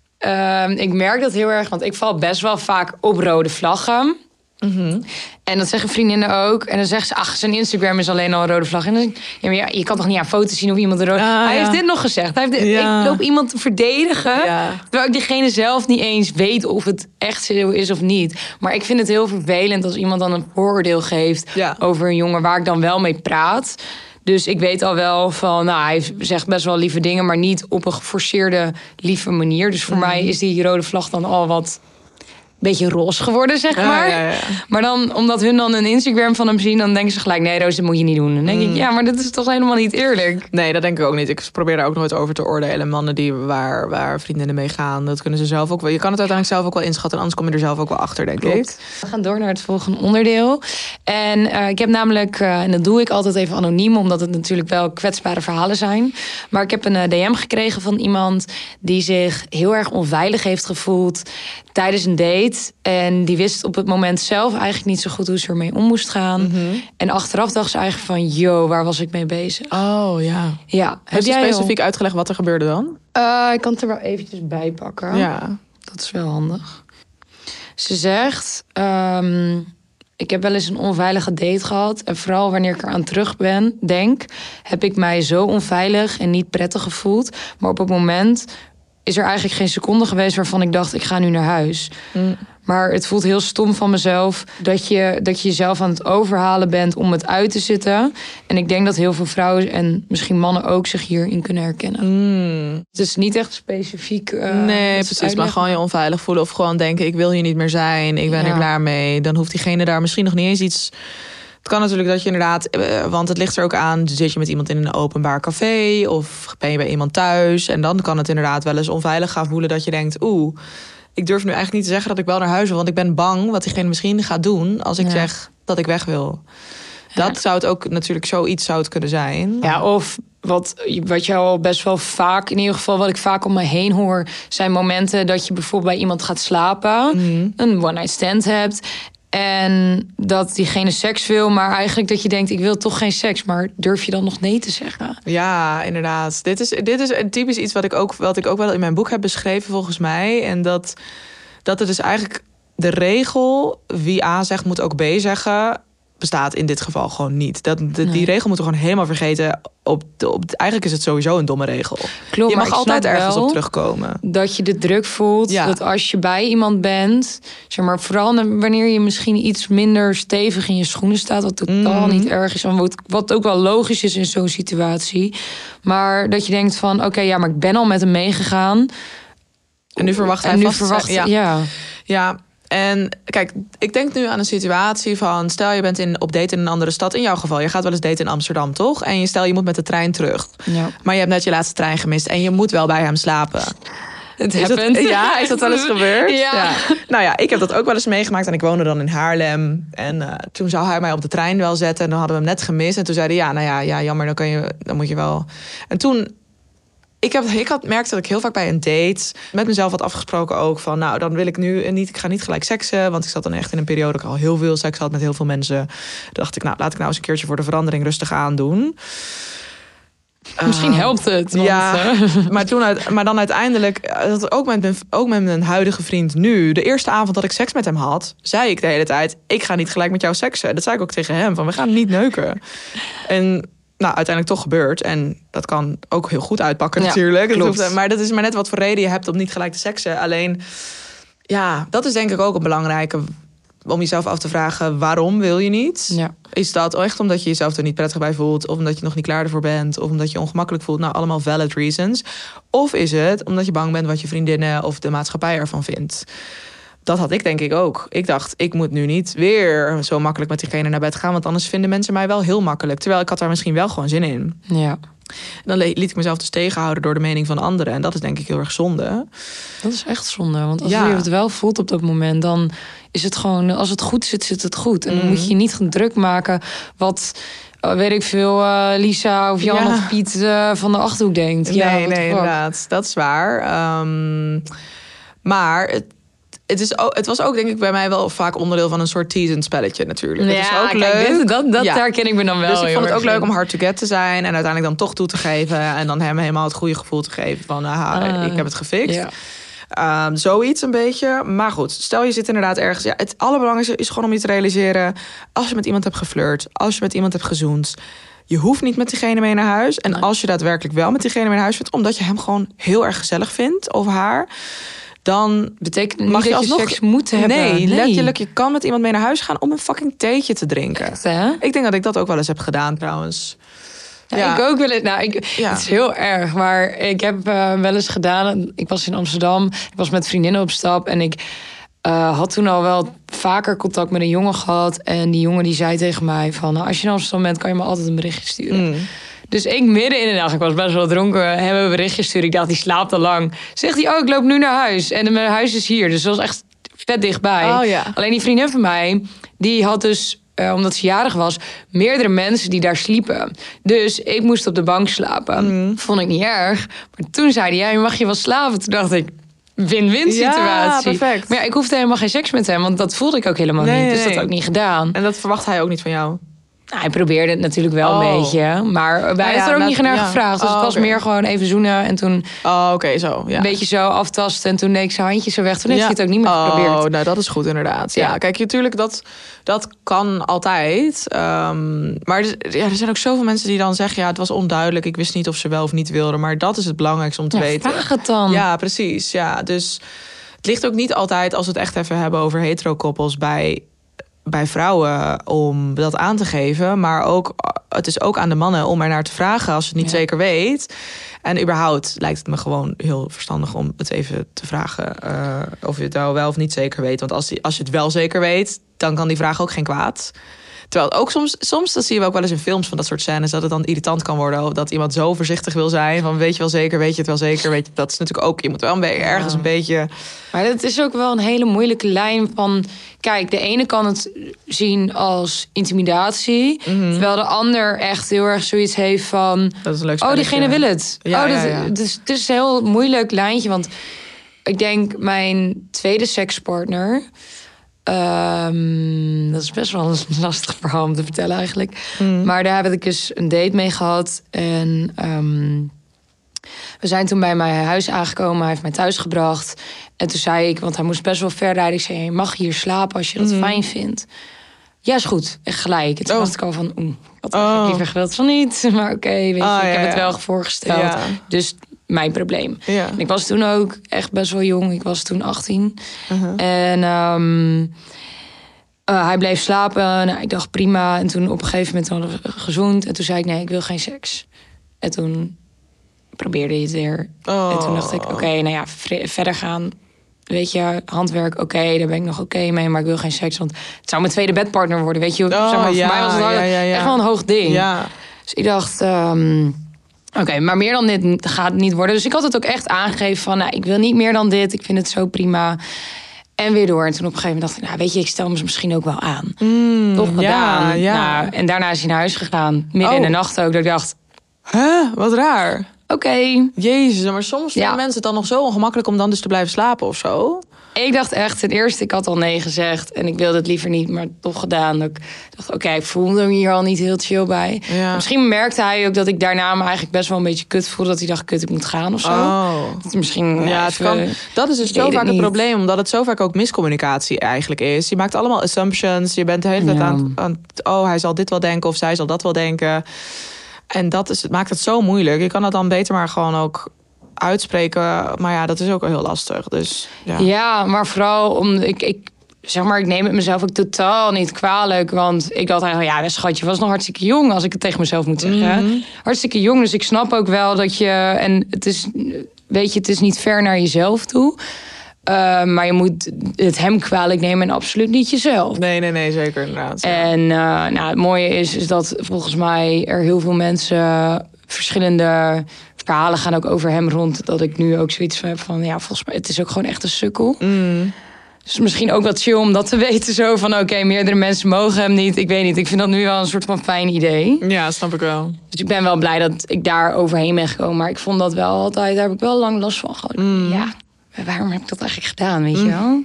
[SPEAKER 1] uh, ik merk dat heel erg, want ik val best wel vaak op rode vlaggen. Mm-hmm. En dat zeggen vriendinnen ook. En dan zeggen ze, ach, zijn Instagram is alleen al een rode vlag. En dan, ja, maar ja, je kan toch niet aan foto's zien of iemand een rode... Ah, hij ja. heeft dit nog gezegd. Hij heeft dit, ja. Ik loop iemand te verdedigen. Ja. Terwijl ik diegene zelf niet eens weet of het echt zo is of niet. Maar ik vind het heel vervelend als iemand dan een vooroordeel geeft... Ja. over een jongen waar ik dan wel mee praat. Dus ik weet al wel van, nou, hij zegt best wel lieve dingen... maar niet op een geforceerde, lieve manier. Dus voor mm. mij is die rode vlag dan al wat... beetje roze geworden, zeg maar. Ja, ja, ja. Maar dan, omdat hun dan een Instagram van hem zien... dan denken ze gelijk, nee, Roos, dat moet je niet doen. Dan denk mm. ik, ja, maar dat is toch helemaal niet eerlijk?
[SPEAKER 2] Nee, dat denk ik ook niet. Ik probeer daar ook nooit over te oordelen. Mannen die waar, waar vriendinnen mee gaan, dat kunnen ze zelf ook wel. Je kan het uiteindelijk zelf ook wel inschatten... anders kom je er zelf ook wel achter, denk Klopt. ik.
[SPEAKER 1] We gaan door naar het volgende onderdeel. En uh, ik heb namelijk, uh, en dat doe ik altijd even anoniem... omdat het natuurlijk wel kwetsbare verhalen zijn. Maar ik heb een uh, D M gekregen van iemand... die zich heel erg onveilig heeft gevoeld... tijdens een date. En die wist op het moment zelf eigenlijk niet zo goed hoe ze ermee om moest gaan. Mm-hmm. En achteraf dacht ze eigenlijk van, yo, waar was ik mee bezig?
[SPEAKER 2] Oh, ja.
[SPEAKER 1] Ja.
[SPEAKER 2] Heb jij specifiek al... uitgelegd wat er gebeurde dan?
[SPEAKER 1] Uh, ik kan het er wel eventjes bij pakken.
[SPEAKER 2] Ja.
[SPEAKER 1] Dat is wel handig. Ze zegt, um, ik heb wel eens een onveilige date gehad. En vooral wanneer ik eraan terug ben, denk... heb ik mij zo onveilig en niet prettig gevoeld. Maar op het moment... is er eigenlijk geen seconde geweest waarvan ik dacht... ik ga nu naar huis. Mm. Maar het voelt heel stom van mezelf... dat je, dat je jezelf aan het overhalen bent om het uit te zitten. En ik denk dat heel veel vrouwen en misschien mannen ook... zich hierin kunnen herkennen. Mm. Het is niet echt specifiek... Uh,
[SPEAKER 2] nee, precies. Uitleggen. Maar gewoon je onveilig voelen... of gewoon denken, ik wil hier niet meer zijn. Ik ben ja. er klaar mee. Dan hoeft diegene daar misschien nog niet eens iets... Het kan natuurlijk dat je inderdaad, want het ligt er ook aan... zit je met iemand in een openbaar café of ben je bij iemand thuis... en dan kan het inderdaad wel eens onveilig gaan voelen dat je denkt... oeh, ik durf nu eigenlijk niet te zeggen dat ik wel naar huis wil... want ik ben bang wat diegene misschien gaat doen als ik ja. zeg dat ik weg wil. Ja. Dat zou het ook natuurlijk zoiets zou het kunnen zijn.
[SPEAKER 1] Ja, of wat, wat je al best wel vaak, in ieder geval wat ik vaak om me heen hoor... zijn momenten dat je bijvoorbeeld bij iemand gaat slapen... Mm. een one-night stand hebt... en dat diegene seks wil, maar eigenlijk dat je denkt... ik wil toch geen seks, maar durf je dan nog nee te zeggen?
[SPEAKER 2] Ja, inderdaad. Dit is, dit is een typisch iets wat ik, ook, wat ik ook wel in mijn boek heb beschreven, volgens mij. En dat, dat het dus eigenlijk de regel... wie A zegt, moet ook B zeggen... bestaat in dit geval gewoon niet. Dat, de, nee. Die regel moeten we gewoon helemaal vergeten. Op de, op de, eigenlijk is het sowieso een domme regel.
[SPEAKER 1] Klopt,
[SPEAKER 2] je mag altijd ergens
[SPEAKER 1] wel
[SPEAKER 2] op terugkomen.
[SPEAKER 1] Dat je de druk voelt.
[SPEAKER 2] Ja.
[SPEAKER 1] Dat als je bij iemand bent... zeg maar, vooral wanneer je misschien iets minder stevig in je schoenen staat... wat totaal mm. niet erg is. Wat ook wel logisch is in zo'n situatie. Maar dat je denkt van... oké, okay, ja, maar ik ben al met hem meegegaan...
[SPEAKER 2] En nu verwacht hij
[SPEAKER 1] en nu
[SPEAKER 2] vast...
[SPEAKER 1] verwacht,
[SPEAKER 2] ja.
[SPEAKER 1] ja.
[SPEAKER 2] Ja, en kijk, ik denk nu aan een situatie van... stel je bent in, op date in een andere stad. In jouw geval, je gaat wel eens daten in Amsterdam, toch? En je stel je moet met de trein terug.
[SPEAKER 1] Ja.
[SPEAKER 2] Maar je hebt net je laatste trein gemist en je moet wel bij hem slapen.
[SPEAKER 1] Het
[SPEAKER 2] Is
[SPEAKER 1] happened.
[SPEAKER 2] dat, ja, is dat wel eens gebeurd?
[SPEAKER 1] Ja.
[SPEAKER 2] ja. Nou ja, ik heb dat ook wel eens meegemaakt. En ik woonde dan in Haarlem. En uh, toen zou hij mij op de trein wel zetten. En dan hadden we hem net gemist. En toen zei hij, ja, nou ja, ja jammer, dan, kan je, dan moet je wel... En toen... Ik, heb, ik had merkte dat ik heel vaak bij een date met mezelf had afgesproken ook van... nou, dan wil ik nu niet, ik ga niet gelijk seksen. Want ik zat dan echt in een periode dat ik al heel veel seks had met heel veel mensen. Toen dacht ik, nou, laat ik nou eens een keertje voor de verandering rustig aandoen.
[SPEAKER 1] Misschien helpt het. Want,
[SPEAKER 2] ja,
[SPEAKER 1] uh...
[SPEAKER 2] maar, toen uit, maar dan uiteindelijk, dat ook met, mijn, ook met mijn huidige vriend nu... de eerste avond dat ik seks met hem had, zei ik de hele tijd... ik ga niet gelijk met jou seksen. Dat zei ik ook tegen hem, van we gaan niet neuken. En nou, uiteindelijk toch gebeurd. En dat kan ook heel goed uitpakken
[SPEAKER 1] ja,
[SPEAKER 2] natuurlijk. Dat
[SPEAKER 1] klopt.
[SPEAKER 2] hoeft, maar dat is maar net wat voor reden je hebt om niet gelijk te seksen. Alleen, ja, dat is denk ik ook een belangrijke... om jezelf af te vragen, waarom wil je niet?
[SPEAKER 1] Ja.
[SPEAKER 2] Is dat echt omdat je jezelf er niet prettig bij voelt... of omdat je nog niet klaar ervoor bent... of omdat je ongemakkelijk voelt? Nou, allemaal valid reasons. Of is het omdat je bang bent wat je vriendinnen... of de maatschappij ervan vindt? Dat had ik denk ik ook. Ik dacht, ik moet nu niet weer zo makkelijk met diegene naar bed gaan... want anders vinden mensen mij wel heel makkelijk. Terwijl ik had daar misschien wel gewoon zin in.
[SPEAKER 1] Ja.
[SPEAKER 2] Dan liet ik mezelf dus tegenhouden door de mening van anderen. En dat is denk ik heel erg zonde.
[SPEAKER 1] Dat is echt zonde. Want als
[SPEAKER 2] Ja.
[SPEAKER 1] je het wel voelt op dat moment... dan is het gewoon, als het goed zit, zit het goed. En dan
[SPEAKER 2] Mm.
[SPEAKER 1] moet je je niet gaan druk maken... wat, uh, weet ik veel, uh, Lisa of Jan
[SPEAKER 2] Ja.
[SPEAKER 1] of Piet uh, van de Achterhoek denkt. Ja,
[SPEAKER 2] nee,
[SPEAKER 1] what the
[SPEAKER 2] nee,
[SPEAKER 1] fuck.
[SPEAKER 2] inderdaad. Dat is waar. Um, maar... Het, Het, is ook, het was ook denk ik bij mij wel vaak onderdeel van een soort teasend spelletje natuurlijk. Het is
[SPEAKER 1] Ja,
[SPEAKER 2] ook
[SPEAKER 1] kijk,
[SPEAKER 2] leuk.
[SPEAKER 1] dit- dat, dat
[SPEAKER 2] Ja.
[SPEAKER 1] herken ik me dan wel.
[SPEAKER 2] Dus ik
[SPEAKER 1] heel
[SPEAKER 2] vond het
[SPEAKER 1] erg
[SPEAKER 2] ook leuk
[SPEAKER 1] in.
[SPEAKER 2] om hard to get te zijn. En uiteindelijk dan toch toe te geven. En dan hem helemaal het goede gevoel te geven. Van aha,
[SPEAKER 1] Ah,
[SPEAKER 2] ik heb het gefixt.
[SPEAKER 1] Ja.
[SPEAKER 2] Um, zoiets een beetje. Maar goed, stel je zit inderdaad ergens. Ja, het allerbelangrijkste is gewoon om je te realiseren. Als je met iemand hebt geflirt. Als je met iemand hebt gezoend. Je hoeft niet met diegene mee naar huis. En
[SPEAKER 1] Nee.
[SPEAKER 2] als je daadwerkelijk wel met diegene mee naar huis vindt. Omdat je hem gewoon heel erg gezellig vindt. Of haar. Dan
[SPEAKER 1] Betekent niet
[SPEAKER 2] mag je
[SPEAKER 1] dat
[SPEAKER 2] alsnog
[SPEAKER 1] seks moet hebben.
[SPEAKER 2] Nee, letterlijk, je kan met iemand mee naar huis gaan om een fucking theetje te drinken.
[SPEAKER 1] Echt, hè?
[SPEAKER 2] Ik denk dat ik dat ook wel eens heb gedaan trouwens.
[SPEAKER 1] Ja,
[SPEAKER 2] Ja.
[SPEAKER 1] Ik ook wel eens. Nou, ik,
[SPEAKER 2] Ja.
[SPEAKER 1] Het is heel erg, maar ik heb uh, wel eens gedaan. Ik was in Amsterdam, ik was met vriendinnen op stap en ik uh, had toen al wel vaker contact met een jongen gehad. En die jongen die zei tegen mij van, nou, als je in Amsterdam bent, kan je me altijd een berichtje sturen.
[SPEAKER 2] Mm.
[SPEAKER 1] Dus ik midden in de dag, ik was best wel dronken, hebben we een berichtje gestuurd. Ik dacht, die slaapt al lang. Zegt hij, oh, ik loop nu naar huis. En mijn huis is hier, dus dat was echt vet dichtbij.
[SPEAKER 2] Oh, ja.
[SPEAKER 1] Alleen die vriendin van mij, die had dus, uh, omdat ze jarig was, meerdere mensen die daar sliepen. Dus ik moest op de bank slapen.
[SPEAKER 2] Mm.
[SPEAKER 1] Vond ik niet erg. Maar toen zei hij, ja, mag je wel slapen? Toen dacht ik, win-win situatie.
[SPEAKER 2] Ja, perfect.
[SPEAKER 1] Maar ja, ik hoefde helemaal geen seks met hem, want dat voelde ik ook helemaal
[SPEAKER 2] Nee,
[SPEAKER 1] niet. Dus
[SPEAKER 2] nee.
[SPEAKER 1] dat had ik niet gedaan.
[SPEAKER 2] En dat verwacht hij ook niet van jou.
[SPEAKER 1] Nou, hij probeerde het natuurlijk wel
[SPEAKER 2] Oh.
[SPEAKER 1] een beetje. Maar wij
[SPEAKER 2] ja,
[SPEAKER 1] hebben er ook
[SPEAKER 2] dat-
[SPEAKER 1] niet naar
[SPEAKER 2] ja.
[SPEAKER 1] gevraagd. Dus
[SPEAKER 2] Oh,
[SPEAKER 1] het was
[SPEAKER 2] oké.
[SPEAKER 1] meer gewoon even zoenen. En toen
[SPEAKER 2] Oh, oké, okay, zo. Ja.
[SPEAKER 1] een beetje zo aftasten. En toen deed ik zijn handje zo weg. Toen heeft
[SPEAKER 2] Ja.
[SPEAKER 1] hij het ook niet meer
[SPEAKER 2] Oh,
[SPEAKER 1] geprobeerd.
[SPEAKER 2] nou, dat is goed inderdaad. Ja,
[SPEAKER 1] Ja.
[SPEAKER 2] kijk, natuurlijk, dat, dat kan altijd. Um, maar er, ja, er zijn ook zoveel mensen die dan zeggen... ja, het was onduidelijk, ik wist niet of ze wel of niet wilden. Maar dat is het belangrijkste om te
[SPEAKER 1] Ja,
[SPEAKER 2] weten.
[SPEAKER 1] vraag het dan.
[SPEAKER 2] Ja, precies. Ja, dus het ligt ook niet altijd, als we het echt even hebben over hetero-koppels... bij, bij vrouwen om dat aan te geven. Maar ook, het is ook aan de mannen om er naar te vragen als je het niet
[SPEAKER 1] Ja.
[SPEAKER 2] zeker weet. En überhaupt lijkt het me gewoon heel verstandig om het even te vragen... Uh, of je het nou wel of niet zeker weet. Want als, die, als je het wel zeker weet, dan kan die vraag ook geen kwaad. Terwijl het ook soms, soms, dat zie je ook wel eens in films van dat soort scènes... dat het dan irritant kan worden of dat iemand zo voorzichtig wil zijn... van weet je wel zeker, weet je het wel zeker, weet je... dat is natuurlijk ook, je moet wel een beetje, ergens een beetje...
[SPEAKER 1] Maar het is ook wel een hele moeilijke lijn van... Kijk, de ene kan het zien als intimidatie...
[SPEAKER 2] Mhm.
[SPEAKER 1] terwijl de ander echt heel erg zoiets heeft van...
[SPEAKER 2] Dat is een leuk
[SPEAKER 1] oh,
[SPEAKER 2] spelletje.
[SPEAKER 1] diegene wil het.
[SPEAKER 2] Ja,
[SPEAKER 1] oh, dat,
[SPEAKER 2] ja, ja.
[SPEAKER 1] Het, is, het is een heel moeilijk lijntje, want... ik denk, mijn tweede sekspartner... Um, dat is best wel een lastig verhaal om te vertellen eigenlijk.
[SPEAKER 2] Mm.
[SPEAKER 1] Maar daar heb ik dus een date mee gehad. En um, we zijn toen bij mijn huis aangekomen. Hij heeft mij thuis gebracht. En toen zei ik, want hij moest best wel ver rijden. Ik zei, je mag hier slapen als je dat
[SPEAKER 2] Mm.
[SPEAKER 1] fijn vindt. Ja, is goed. Echt gelijk. En toen
[SPEAKER 2] Oh.
[SPEAKER 1] was ik al van, oeh, wat had
[SPEAKER 2] Oh.
[SPEAKER 1] ik liever gewild van niet. Maar oké, weet je,
[SPEAKER 2] Oh,
[SPEAKER 1] ik
[SPEAKER 2] ja,
[SPEAKER 1] heb het
[SPEAKER 2] ja.
[SPEAKER 1] wel voorgesteld.
[SPEAKER 2] Ja.
[SPEAKER 1] Dus mijn probleem.
[SPEAKER 2] Ja.
[SPEAKER 1] En ik was toen ook echt best wel jong. Ik was toen achttien.
[SPEAKER 2] Uh-huh.
[SPEAKER 1] En um, uh, hij bleef slapen. Nou, ik dacht prima. En toen op een gegeven moment hadden we gezoend. En toen zei ik, nee, ik wil geen seks. En toen probeerde hij het weer.
[SPEAKER 2] Oh.
[SPEAKER 1] En toen dacht ik, oké, okay, nou ja, vre- verder gaan. Weet je, handwerk, oké, okay, daar ben ik nog oké okay mee. Maar ik wil geen seks, want het zou mijn tweede bedpartner worden. Weet je,
[SPEAKER 2] oh,
[SPEAKER 1] zeg maar, voor
[SPEAKER 2] ja,
[SPEAKER 1] mij was het
[SPEAKER 2] ja, ja, ja.
[SPEAKER 1] echt wel een hoog ding.
[SPEAKER 2] Ja.
[SPEAKER 1] Dus ik dacht, um, oké, okay, maar meer dan dit gaat het niet worden. Dus ik had het ook echt aangegeven van, nou, ik wil niet meer dan dit. Ik vind het zo prima. En weer door. En toen op een gegeven moment dacht ik, nou, weet je, ik stel me misschien ook wel aan.
[SPEAKER 2] Mm,
[SPEAKER 1] Toch gedaan.
[SPEAKER 2] Ja, ja.
[SPEAKER 1] Nou, en daarna is hij naar huis gegaan. Midden
[SPEAKER 2] oh.
[SPEAKER 1] in de nacht ook. Dat ik dacht,
[SPEAKER 2] huh, wat raar.
[SPEAKER 1] Oké. Okay.
[SPEAKER 2] Jezus, maar soms vinden ja. mensen het dan nog zo ongemakkelijk om dan dus te blijven slapen of zo.
[SPEAKER 1] Ik dacht echt, ten eerste, ik had al nee gezegd. En ik wilde het liever niet, maar toch gedaan. Dat ik dacht, oké, okay, ik voelde me hier al niet heel chill bij.
[SPEAKER 2] Ja.
[SPEAKER 1] Misschien merkte hij ook dat ik daarna me eigenlijk best wel een beetje kut voelde. Dat hij dacht, kut, ik moet gaan of zo.
[SPEAKER 2] Oh.
[SPEAKER 1] Dat misschien,
[SPEAKER 2] ja, het kan, dat is dus zo vaak het, het probleem. Omdat het zo vaak ook miscommunicatie eigenlijk is. Je maakt allemaal assumptions. Je bent de hele tijd ja. aan, aan... Oh, hij zal dit wel denken of zij zal dat wel denken. En dat is, het maakt het zo moeilijk. Je kan dat dan beter maar gewoon ook uitspreken. Maar ja, dat is ook wel heel lastig. Dus, ja.
[SPEAKER 1] ja, maar vooral om ik, ik zeg maar, ik neem het mezelf ook totaal niet kwalijk. Want ik dacht eigenlijk, ja, schatje was nog hartstikke jong, als ik het tegen mezelf moet zeggen. Mm-hmm. Hartstikke jong, dus ik snap ook wel dat je... En het is, weet je, het is niet ver naar jezelf toe. Uh, maar je moet het hem kwalijk nemen en absoluut niet jezelf.
[SPEAKER 2] Nee, nee, nee, zeker inderdaad. Ja.
[SPEAKER 1] En uh, nou, het mooie is, is dat volgens mij er heel veel mensen verschillende verhalen gaan ook over hem rond. Dat ik nu ook zoiets heb van, ja, volgens mij, het is ook gewoon echt een sukkel.
[SPEAKER 2] Mm.
[SPEAKER 1] Dus misschien ook wat chill om dat te weten. Zo van, oké, okay, meerdere mensen mogen hem niet. Ik weet niet, ik vind dat nu wel een soort van fijn idee.
[SPEAKER 2] Ja, snap ik wel.
[SPEAKER 1] Dus ik ben wel blij dat ik daar overheen ben gekomen. Maar ik vond dat wel altijd, daar heb ik wel lang last van gehad. Mm. Ja, waarom heb ik dat eigenlijk gedaan, weet mm. je wel?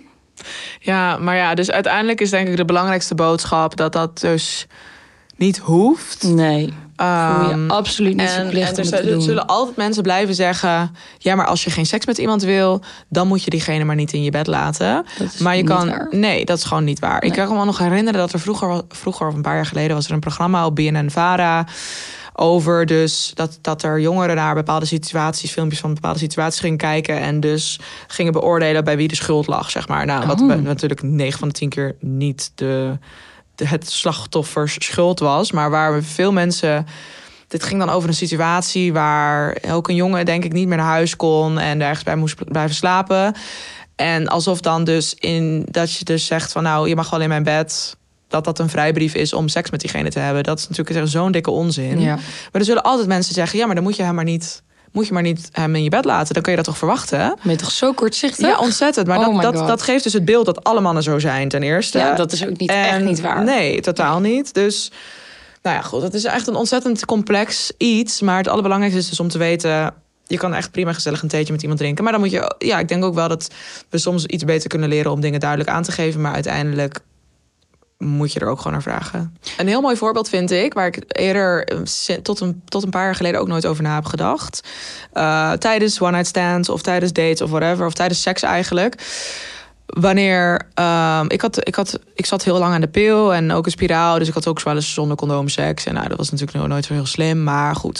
[SPEAKER 2] Ja, maar ja, dus uiteindelijk is denk ik de belangrijkste boodschap dat dat dus niet hoeft.
[SPEAKER 1] Nee. Voel je absoluut niet verplicht om het te doen.
[SPEAKER 2] Er zullen altijd mensen blijven zeggen, ja, maar als je geen seks met iemand wil, dan moet je diegene maar niet in je bed laten.
[SPEAKER 1] Dat is
[SPEAKER 2] maar je
[SPEAKER 1] niet
[SPEAKER 2] kan,
[SPEAKER 1] waar.
[SPEAKER 2] Nee, dat is gewoon niet waar. Nee. Ik kan me nog herinneren dat er vroeger, vroeger of een paar jaar geleden was er een programma op B N N Vara over dus dat, dat er jongeren naar bepaalde situaties, filmpjes van bepaalde situaties gingen kijken en dus gingen beoordelen bij wie de schuld lag, zeg maar. Nou, wat oh. natuurlijk negen van de tien keer niet de het slachtoffers schuld was, maar waar veel mensen... Dit ging dan over een situatie waar ook een jongen denk ik niet meer naar huis kon en ergens bij moest blijven slapen. En alsof dan dus in dat je dus zegt van nou, je mag wel in mijn bed, dat dat een vrijbrief is om seks met diegene te hebben. Dat is natuurlijk zo'n dikke onzin.
[SPEAKER 1] Ja.
[SPEAKER 2] Maar er zullen altijd mensen zeggen, ja, maar dan moet je hem maar niet... Moet je maar niet hem in je bed laten. Dan kun je dat toch verwachten?
[SPEAKER 1] Ben je toch zo kortzichtig?
[SPEAKER 2] Ja, ontzettend. Maar
[SPEAKER 1] oh
[SPEAKER 2] dat, dat, dat geeft dus het beeld dat alle mannen zo zijn, ten eerste.
[SPEAKER 1] Ja, dat is ook niet,
[SPEAKER 2] en,
[SPEAKER 1] echt niet waar.
[SPEAKER 2] Nee, totaal niet. Dus, nou ja, goed. Het is echt een ontzettend complex iets. Maar het allerbelangrijkste is dus om te weten... Je kan echt prima gezellig een theetje met iemand drinken. Maar dan moet je... Ja, ik denk ook wel dat we soms iets beter kunnen leren om dingen duidelijk aan te geven. Maar uiteindelijk moet je er ook gewoon naar vragen. Een heel mooi voorbeeld vind ik, waar ik eerder tot een, tot een paar jaar geleden ook nooit over na heb gedacht. Uh, tijdens one-night stands of tijdens dates of whatever, of tijdens seks eigenlijk. Wanneer, uh, ik, had, ik, had, ik zat heel lang aan de pil en ook een spiraal, dus ik had ook wel eens zonder condoom seks. En nou, dat was natuurlijk nooit zo heel slim, maar goed.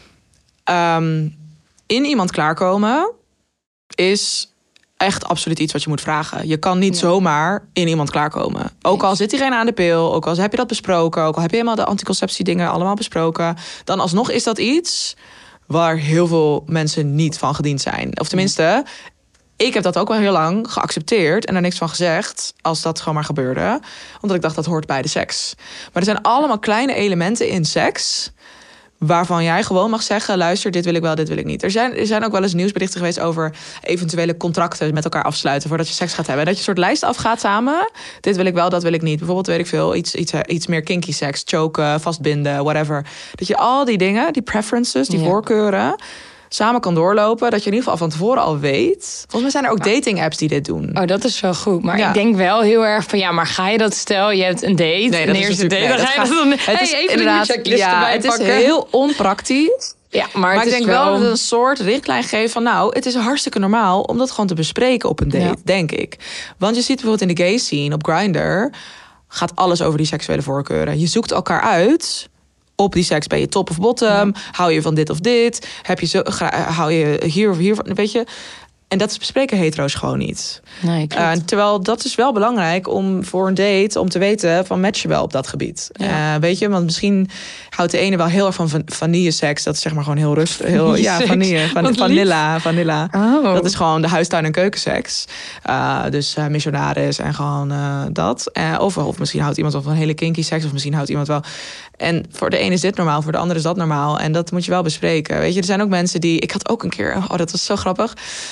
[SPEAKER 2] Um, in iemand klaarkomen is... echt absoluut iets wat je moet vragen. Je kan niet ja. zomaar in iemand klaarkomen. Ook al zit diegene aan de pil, ook al heb je dat besproken, ook al heb je helemaal de anticonceptiedingen allemaal besproken, dan alsnog is dat iets waar heel veel mensen niet van gediend zijn. Of tenminste, ik heb dat ook wel heel lang geaccepteerd en er niks van gezegd als dat gewoon maar gebeurde. Omdat ik dacht, dat hoort bij de seks. Maar er zijn allemaal kleine elementen in seks waarvan jij gewoon mag zeggen, luister, dit wil ik wel, dit wil ik niet. Er zijn, er zijn ook wel eens nieuwsberichten geweest over eventuele contracten met elkaar afsluiten voordat je seks gaat hebben. Dat je een soort lijst afgaat samen. Dit wil ik wel, dat wil ik niet. Bijvoorbeeld, weet ik veel, iets, iets, iets meer kinky seks, choken, vastbinden, whatever. Dat je al die dingen, die preferences, die ja. voorkeuren, samen kan doorlopen. Dat je in ieder geval van tevoren al weet. Volgens mij zijn er ook dating apps die dit doen.
[SPEAKER 1] Oh, dat is wel goed. Maar
[SPEAKER 2] ja.
[SPEAKER 1] ik denk wel heel erg van, ja, maar ga je dat stel, je hebt een date,
[SPEAKER 2] nee,
[SPEAKER 1] een eerste date, nee, dan ga je dat dan,
[SPEAKER 2] het
[SPEAKER 1] hey,
[SPEAKER 2] is
[SPEAKER 1] even
[SPEAKER 2] inderdaad,
[SPEAKER 1] een checklist
[SPEAKER 2] ja,
[SPEAKER 1] erbij
[SPEAKER 2] het
[SPEAKER 1] pakken.
[SPEAKER 2] is heel onpraktisch.
[SPEAKER 1] Ja, maar,
[SPEAKER 2] maar
[SPEAKER 1] het
[SPEAKER 2] ik
[SPEAKER 1] is
[SPEAKER 2] denk wel dat het een soort richtlijn geeft van, nou, het is hartstikke normaal om dat gewoon te bespreken op een date, ja. denk ik. Want je ziet bijvoorbeeld in de gay scene op Grindr gaat alles over die seksuele voorkeuren. Je zoekt elkaar uit op die seks. Ben je top of bottom? Ja. Hou je van dit of dit? Heb je zo, hou je hier of hier van? Weet je? En dat bespreken hetero's gewoon niet.
[SPEAKER 1] Nee,
[SPEAKER 2] Uh, terwijl dat is wel belangrijk om voor een date... om te weten van match je wel op dat gebied. Ja. Uh, weet je, want misschien houdt de ene wel heel erg van van vanille-seks. Dat is zeg maar gewoon heel rustig. Heel, ja, vanille. Van, vanilla. vanilla.
[SPEAKER 1] Oh.
[SPEAKER 2] Dat is gewoon de huistuin- en keukenseks. Uh, dus uh, missionaris en gewoon uh, dat. Uh, of, of misschien houdt iemand wel van hele kinky seks. Of misschien houdt iemand wel... En voor de ene is dit normaal, voor de andere is dat normaal. En dat moet je wel bespreken. Weet je, er zijn ook mensen die... Ik had ook een keer... Oh, dat was zo grappig.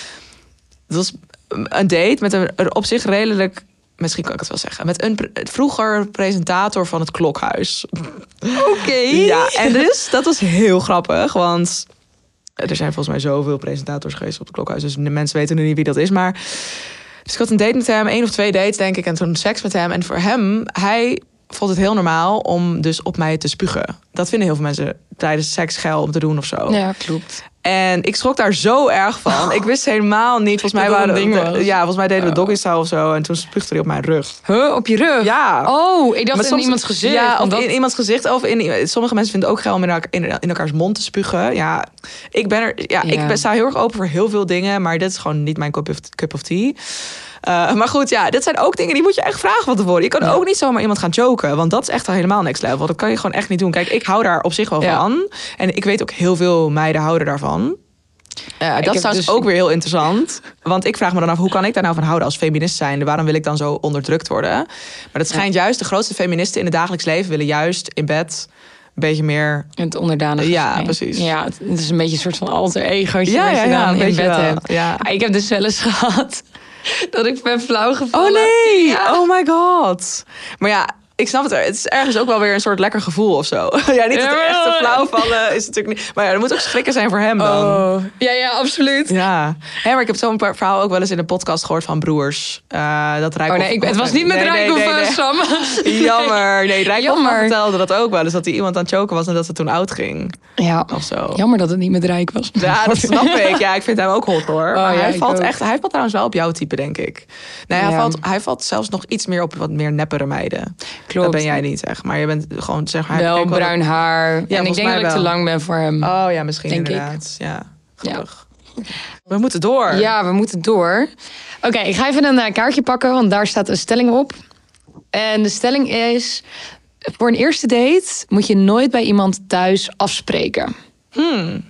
[SPEAKER 2] Dat was een date met een op zich redelijk... Misschien kan ik het wel zeggen. Met een vroeger presentator van het Klokhuis.
[SPEAKER 1] Oké. Okay.
[SPEAKER 2] Ja, en dus dat was heel grappig. Want er zijn volgens mij zoveel presentators geweest op het Klokhuis. Dus de mensen weten nu niet wie dat is. Maar dus ik had een date met hem. één of twee dates, denk ik. En toen seks met hem. En voor hem, hij vond het heel normaal om dus op mij te spugen. Dat vinden heel veel mensen tijdens seks geil om te doen of zo.
[SPEAKER 1] Ja, klopt.
[SPEAKER 2] En ik schrok daar zo erg van. Ik wist helemaal niet. Volgens mij waren
[SPEAKER 1] ding was.
[SPEAKER 2] Ja, volgens mij deden we oh. doggy style of zo. En toen spuugde hij op mijn rug.
[SPEAKER 1] Huh, op je rug?
[SPEAKER 2] Ja.
[SPEAKER 1] Oh, ik dacht maar in soms, iemands gezicht.
[SPEAKER 2] Ja, of
[SPEAKER 1] dat...
[SPEAKER 2] in iemands gezicht. Of in, sommige mensen vinden het ook geil om in, elkaar, in, in elkaars mond te spugen. Ja, ik ben er. Ja, ja. Ik ben, sta heel erg open voor heel veel dingen. Maar dit is gewoon niet mijn cup of, cup of tea. Uh, maar goed, ja, dit zijn ook dingen die moet je echt vragen van tevoren. Je kan ja. ook niet zomaar iemand gaan choken. Want dat is echt al helemaal next level. Dat kan je gewoon echt niet doen. Kijk, ik hou daar op zich wel ja. van. En ik weet ook heel veel meiden houden daarvan. Uh, dat is trouwens dus... ook weer heel interessant. Want ik vraag me dan af, hoe kan ik daar nou van houden als feminist zijn? Waarom wil ik dan zo onderdrukt worden? Maar dat schijnt ja. juist, de grootste feministen in het dagelijks leven willen juist in bed een beetje meer...
[SPEAKER 1] Het onderdanige.
[SPEAKER 2] Ja, zijn. Precies.
[SPEAKER 1] Ja, het is een beetje een soort van alter ego'tje
[SPEAKER 2] ja,
[SPEAKER 1] dat
[SPEAKER 2] ja,
[SPEAKER 1] je
[SPEAKER 2] ja,
[SPEAKER 1] dan in bed
[SPEAKER 2] wel.
[SPEAKER 1] hebt.
[SPEAKER 2] Ja.
[SPEAKER 1] Ja, ik heb dus wel eens gehad dat ik ben flauw gevallen.
[SPEAKER 2] Oh nee,
[SPEAKER 1] ja.
[SPEAKER 2] Oh my god. Maar ja... Ik snap het er. Het is ergens ook wel weer een soort lekker gevoel of zo. Ja, niet dat er echt te flauw vallen is natuurlijk niet. Maar ja, er moet ook schrikken zijn voor hem dan.
[SPEAKER 1] Oh. Ja, ja, absoluut.
[SPEAKER 2] Ja. Hé, maar ik heb zo'n verhaal ook wel eens in een podcast gehoord van broers. Uh, dat Rijkoff...
[SPEAKER 1] Oh nee, ik, het was niet met nee, Rijkoff nee, nee, nee. Sam.
[SPEAKER 2] Jammer. Nee, Rijkoff vertelde dat ook wel eens. Dat hij iemand aan het choken was en dat ze toen oud ging.
[SPEAKER 1] Ja.
[SPEAKER 2] Of zo.
[SPEAKER 1] Jammer dat het niet met Rijk was.
[SPEAKER 2] Ja, dat snap ik. Ja, ik vind hem ook hot hoor.
[SPEAKER 1] Oh,
[SPEAKER 2] maar
[SPEAKER 1] ja,
[SPEAKER 2] hij valt
[SPEAKER 1] ook.
[SPEAKER 2] echt... Hij valt trouwens wel op jouw type, denk ik. Nee, hij,
[SPEAKER 1] ja.
[SPEAKER 2] valt, hij valt zelfs nog iets meer op wat meer neppere meiden.
[SPEAKER 1] Klopt.
[SPEAKER 2] Dat ben jij niet. Zeg maar je bent gewoon zeg maar
[SPEAKER 1] wel bruin wel... haar ja, en ik denk dat ik
[SPEAKER 2] wel.
[SPEAKER 1] te lang ben voor hem.
[SPEAKER 2] Oh ja, misschien
[SPEAKER 1] denk
[SPEAKER 2] inderdaad.
[SPEAKER 1] Ik.
[SPEAKER 2] Ja, grappig. Ja. We moeten door.
[SPEAKER 1] Ja, we moeten door. Oké, okay, ik ga even een uh, kaartje pakken, want daar staat een stelling op. En de stelling is: voor een eerste date moet je nooit bij iemand thuis afspreken.
[SPEAKER 2] Hmm.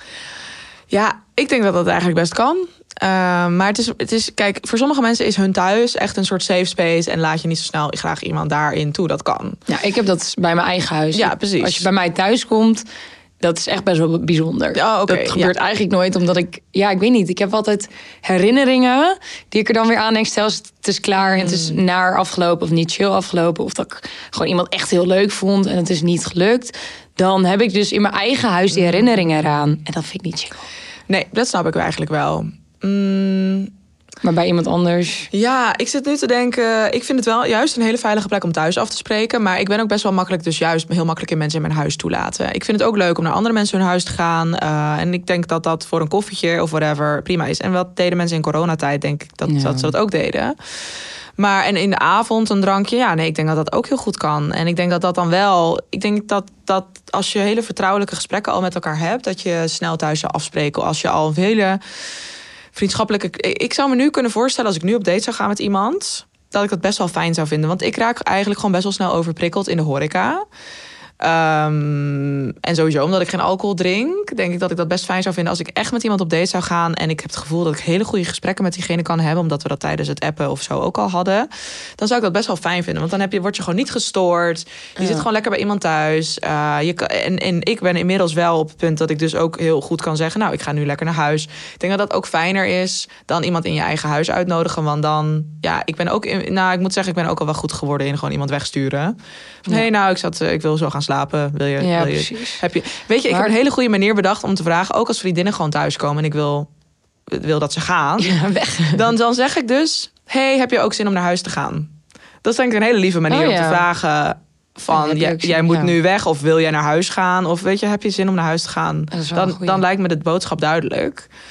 [SPEAKER 2] Ja, ik denk dat dat eigenlijk best kan. Uh, maar het is, het is, kijk, voor sommige mensen is hun thuis echt een soort safe space. En laat je niet zo snel graag iemand daarin toe. Dat kan.
[SPEAKER 1] Ja, ik heb dat bij mijn eigen huis.
[SPEAKER 2] Ja, precies.
[SPEAKER 1] Als je bij mij thuis komt, dat is echt best wel bijzonder.
[SPEAKER 2] Oh, okay.
[SPEAKER 1] Dat gebeurt ja. eigenlijk nooit, omdat ik... Ja, ik weet niet. Ik heb altijd herinneringen die ik er dan weer aan denk. Stel, het is klaar en het is naar afgelopen of niet chill afgelopen. Of dat ik gewoon iemand echt heel leuk vond en het is niet gelukt. Dan heb ik dus in mijn eigen huis die herinneringen eraan. En dat vind ik niet chill.
[SPEAKER 2] Nee, dat snap ik eigenlijk wel. Mm.
[SPEAKER 1] Maar bij iemand anders?
[SPEAKER 2] Ja, ik zit nu te denken... Ik vind het wel juist een hele veilige plek om thuis af te spreken. Maar ik ben ook best wel makkelijk... dus juist heel makkelijk in mensen in mijn huis toelaten. Ik vind het ook leuk om naar andere mensen hun huis te gaan. Uh, en ik denk dat dat voor een koffietje of whatever prima is. En wat deden mensen in coronatijd, denk ik dat, ja. dat ze dat ook deden. Maar en in de avond een drankje, ja, nee, ik denk dat dat ook heel goed kan. En ik denk dat dat dan wel... Ik denk dat, dat als je hele vertrouwelijke gesprekken al met elkaar hebt... dat je snel thuis zou afspreken. Als je al een hele... vriendschappelijke... Ik zou me nu kunnen voorstellen, als ik nu op date zou gaan met iemand... dat ik dat best wel fijn zou vinden. Want ik raak eigenlijk gewoon best wel snel overprikkeld in de horeca. Um, en sowieso, omdat ik geen alcohol drink... denk ik dat ik dat best fijn zou vinden... als ik echt met iemand op date zou gaan... en ik heb het gevoel dat ik hele goede gesprekken met diegene kan hebben... omdat we dat tijdens het appen of zo ook al hadden... dan zou ik dat best wel fijn vinden. Want dan heb je, word je gewoon niet gestoord. Je ja. zit gewoon lekker bij iemand thuis. Uh, je kan, en, en ik ben inmiddels wel op het punt dat ik dus ook heel goed kan zeggen... nou, ik ga nu lekker naar huis. Ik denk dat dat ook fijner is dan iemand in je eigen huis uitnodigen. Want dan, ja, ik ben ook... In, nou, ik moet zeggen, ik ben ook al wel goed geworden... in gewoon iemand wegsturen. Hé, ja. hey, nou, ik, zat, ik wil zo gaan slapen. Wil je,
[SPEAKER 1] ja,
[SPEAKER 2] wil je,
[SPEAKER 1] precies.
[SPEAKER 2] Heb je, weet je, ik maar... heb een hele goede manier bedacht om te vragen... ook als vriendinnen gewoon thuiskomen en ik wil, wil dat ze gaan...
[SPEAKER 1] Ja, weg.
[SPEAKER 2] Dan, dan zeg ik dus... hey, heb je ook zin om naar huis te gaan? Dat is denk ik een hele lieve manier oh, ja. om te vragen... van, ja, jij, jij moet ja. nu weg of wil jij naar huis gaan? Of weet je, heb je zin om naar huis te gaan? Dan, dan lijkt me de boodschap duidelijk.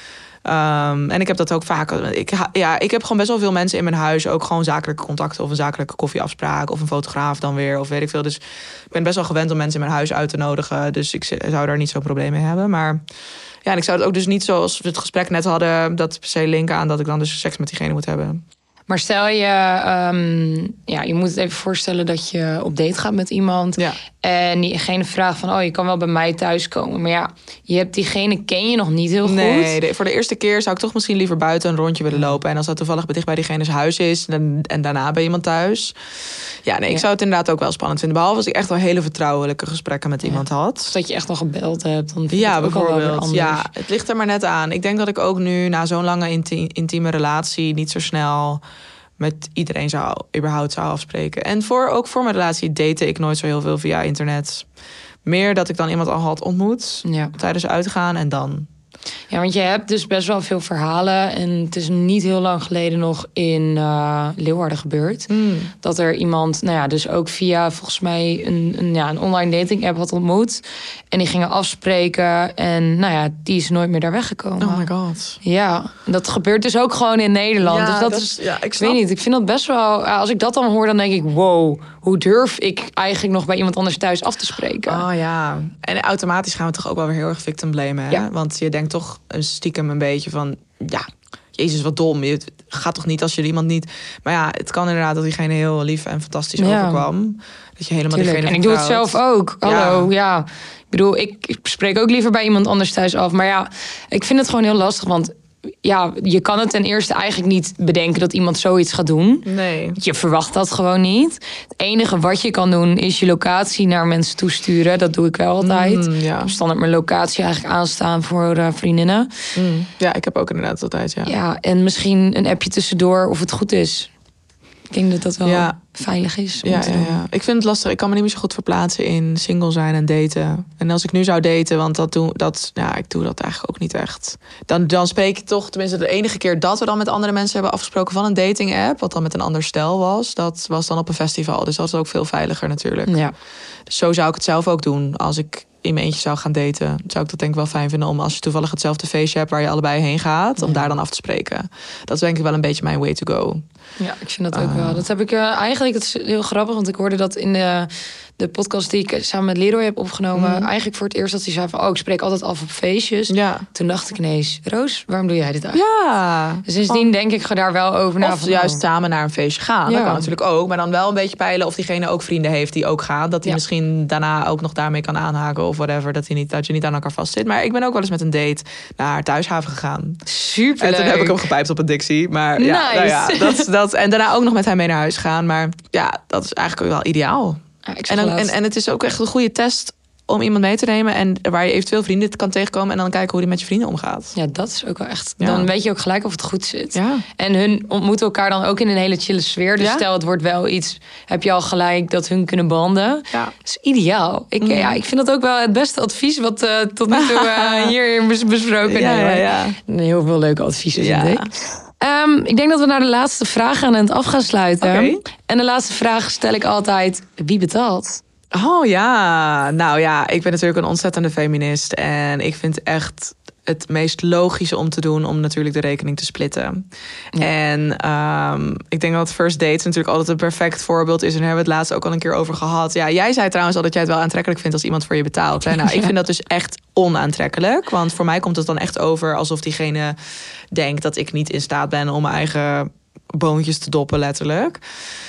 [SPEAKER 2] Um, en ik heb dat ook vaak. Ik, ja, ik heb gewoon best wel veel mensen in mijn huis. Ook gewoon zakelijke contacten of een zakelijke koffieafspraak. Of een fotograaf dan weer. Of weet ik veel. Dus ik ben best wel gewend om mensen in mijn huis uit te nodigen. Dus ik zou daar niet zo'n probleem mee hebben. Maar ja, en ik zou het ook dus niet zoals we het gesprek net hadden. Dat per se linken aan dat ik dan dus seks met diegene moet hebben.
[SPEAKER 1] Maar stel je, um, ja, je moet het even voorstellen dat je op date gaat met iemand.
[SPEAKER 2] Ja.
[SPEAKER 1] En diegene vraagt van, oh, je kan wel bij mij thuiskomen. Maar ja, je hebt diegene ken je nog niet heel goed.
[SPEAKER 2] Nee, de, voor de eerste keer zou ik toch misschien liever buiten een rondje willen lopen. En als dat toevallig dicht bij diegene's huis is en, en daarna bij iemand thuis. Ja, nee, ik ja. zou het inderdaad ook wel spannend vinden. Behalve als ik echt wel hele vertrouwelijke gesprekken met ja. iemand had.
[SPEAKER 1] Of dat je echt nog gebeld hebt. Dan
[SPEAKER 2] ja, bijvoorbeeld. Ja, het ligt er maar net aan. Ik denk dat ik ook nu na zo'n lange inti- intieme relatie niet zo snel met iedereen zou überhaupt zou afspreken. En voor, ook voor mijn relatie date ik nooit zo heel veel via internet. Meer dat ik dan iemand al had ontmoet ja. tijdens uitgaan en dan.
[SPEAKER 1] Ja, want je hebt dus best wel veel verhalen. En het is niet heel lang geleden nog in uh, Leeuwarden gebeurd. Mm. Dat er iemand, nou ja, dus ook via volgens mij een, een, ja, een online dating app had ontmoet. En die gingen afspreken. En nou ja, die is nooit meer daar weggekomen.
[SPEAKER 2] Oh my god.
[SPEAKER 1] Ja, dat gebeurt dus ook gewoon in Nederland.
[SPEAKER 2] Ja,
[SPEAKER 1] dus dat,
[SPEAKER 2] dat
[SPEAKER 1] is,
[SPEAKER 2] ja, ik,
[SPEAKER 1] ik weet niet, ik vind dat best wel. Als ik dat dan hoor, dan denk ik, wow, hoe durf ik eigenlijk nog bij iemand anders thuis af te spreken?
[SPEAKER 2] Oh ja. En automatisch gaan we toch ook wel weer heel erg victim blamen, hè? Ja. Want je denkt toch stiekem een beetje van, ja, jezus, wat dom. Je gaat toch niet als je iemand niet. Maar ja, het kan inderdaad dat diegene heel lief en fantastisch ja. overkwam. Dat je helemaal
[SPEAKER 1] Tuurlijk.
[SPEAKER 2] diegene
[SPEAKER 1] En ik doe het zelf ook. Hallo, ja. ja. Ik bedoel, ik, ik spreek ook liever bij iemand anders thuis af. Maar ja, ik vind het gewoon heel lastig, want ja, je kan het ten eerste eigenlijk niet bedenken dat iemand zoiets gaat doen.
[SPEAKER 2] Nee.
[SPEAKER 1] Je verwacht dat gewoon niet. Het enige wat je kan doen is je locatie naar mensen toesturen. Dat doe ik wel altijd.
[SPEAKER 2] Mm, ja.
[SPEAKER 1] Ik heb standaard mijn locatie eigenlijk aanstaan voor uh, vriendinnen.
[SPEAKER 2] Mm. Ja, ik heb ook inderdaad altijd, ja.
[SPEAKER 1] Ja, en misschien een appje tussendoor of het goed is. Ik denk dat dat wel ja. veilig is. Om
[SPEAKER 2] ja,
[SPEAKER 1] te
[SPEAKER 2] ja,
[SPEAKER 1] doen.
[SPEAKER 2] ja. Ik vind het lastig. Ik kan me niet meer zo goed verplaatsen in single zijn en daten. En als ik nu zou daten, want dat doe, dat, ja, ik doe dat eigenlijk ook niet echt. Dan, dan spreek ik toch, tenminste de enige keer dat we dan met andere mensen hebben afgesproken van een dating app, wat dan met een ander stel was, dat was dan op een festival. Dus dat is ook veel veiliger natuurlijk.
[SPEAKER 1] Ja.
[SPEAKER 2] Dus zo zou ik het zelf ook doen. Als ik in mijn eentje zou gaan daten, zou ik dat denk ik wel fijn vinden om als je toevallig hetzelfde feestje hebt waar je allebei heen gaat, om ja. daar dan af te spreken. Dat is denk ik wel een beetje mijn way to go.
[SPEAKER 1] Ja, ik vind dat ook uh. wel. Dat heb ik uh, eigenlijk, het is heel grappig, want ik hoorde dat in de, de podcast die ik samen met Leroy heb opgenomen. Mm. Eigenlijk voor het eerst dat hij zei van, oh, ik spreek altijd af op feestjes.
[SPEAKER 2] Ja.
[SPEAKER 1] Toen dacht ik ineens, Roos, waarom doe jij dit eigenlijk?
[SPEAKER 2] Ja.
[SPEAKER 1] Dus sindsdien oh. denk ik, ga daar wel over na.
[SPEAKER 2] Of van, juist oh. samen naar een feestje gaan. Ja. Dat kan natuurlijk ook. Maar dan wel een beetje peilen of diegene ook vrienden heeft die ook gaan. Dat hij ja. misschien daarna ook nog daarmee kan aanhaken of whatever. Dat, hij niet, dat je niet aan elkaar vastzit. Maar ik ben ook wel eens met een date naar Thuishaven gegaan.
[SPEAKER 1] Super.
[SPEAKER 2] En toen heb ik hem gepijpt op een Dixie. Maar ja, nice. nou ja dat, dat, en daarna ook nog met hem mee naar huis gaan. Maar ja, dat is eigenlijk wel ideaal.
[SPEAKER 1] Ja,
[SPEAKER 2] en, dan, en, en het is ook echt een goede test om iemand mee te nemen en waar je eventueel vrienden kan tegenkomen en dan kijken hoe die met je vrienden omgaat.
[SPEAKER 1] Ja, dat is ook wel echt. Ja. Dan weet je ook gelijk of het goed zit.
[SPEAKER 2] Ja.
[SPEAKER 1] En hun ontmoeten elkaar dan ook in een hele chille sfeer. Dus ja. stel het wordt wel iets, heb je al gelijk dat hun kunnen banden.
[SPEAKER 2] Ja.
[SPEAKER 1] Dat is ideaal. Ik, mm. ja, ik vind dat ook wel het beste advies wat uh, tot nu toe uh, hier bes- besproken
[SPEAKER 2] ja,
[SPEAKER 1] hebben.
[SPEAKER 2] Ja, ja.
[SPEAKER 1] Heel veel leuke adviezen,
[SPEAKER 2] ja.
[SPEAKER 1] vind ik. Um, ik denk dat we naar de laatste vraag gaan en het af gaan sluiten.
[SPEAKER 2] Okay.
[SPEAKER 1] En de laatste vraag stel ik altijd: wie betaalt?
[SPEAKER 2] Oh ja, nou ja, ik ben natuurlijk een ontzettende feminist. En ik vind echt het meest logische om te doen om natuurlijk de rekening te splitten. Ja. En um, ik denk dat first dates natuurlijk altijd een perfect voorbeeld is. En daar hebben we het laatst ook al een keer over gehad. Ja, jij zei trouwens al dat jij het wel aantrekkelijk vindt als iemand voor je betaalt. Hè? Nou, ik vind dat dus echt onaantrekkelijk. Want voor mij komt het dan echt over alsof diegene denkt dat ik niet in staat ben om mijn eigen boontjes te doppen, letterlijk.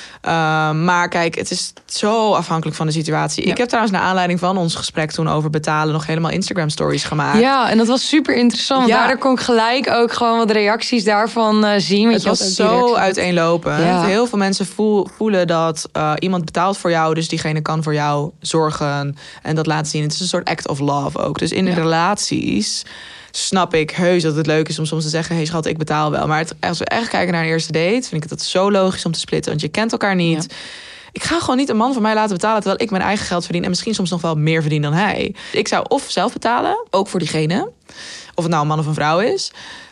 [SPEAKER 2] Uh, maar kijk, het is zo afhankelijk van de situatie. Ja. Ik heb trouwens naar aanleiding van ons gesprek toen over betalen nog helemaal Instagram stories gemaakt.
[SPEAKER 1] Ja, en dat was super interessant. Ja. Daardoor kon ik gelijk ook gewoon wat reacties daarvan uh, zien.
[SPEAKER 2] Het was zo uiteenlopend. Ja. Heel veel mensen voel, voelen dat uh, iemand betaalt voor jou, dus diegene kan voor jou zorgen en dat laat zien. Het is een soort act of love ook. Dus in ja. relaties snap ik heus dat het leuk is om soms te zeggen, hey schat, ik betaal wel. Maar het, als we echt kijken naar een eerste date, vind ik het zo logisch om te splitten. Want je kent elkaar niet. Ja. Ik ga gewoon niet een man van mij laten betalen terwijl ik mijn eigen geld verdien en misschien soms nog wel meer verdien dan hij. Ik zou of zelf betalen, ook voor diegene, of het nou een man of een vrouw is,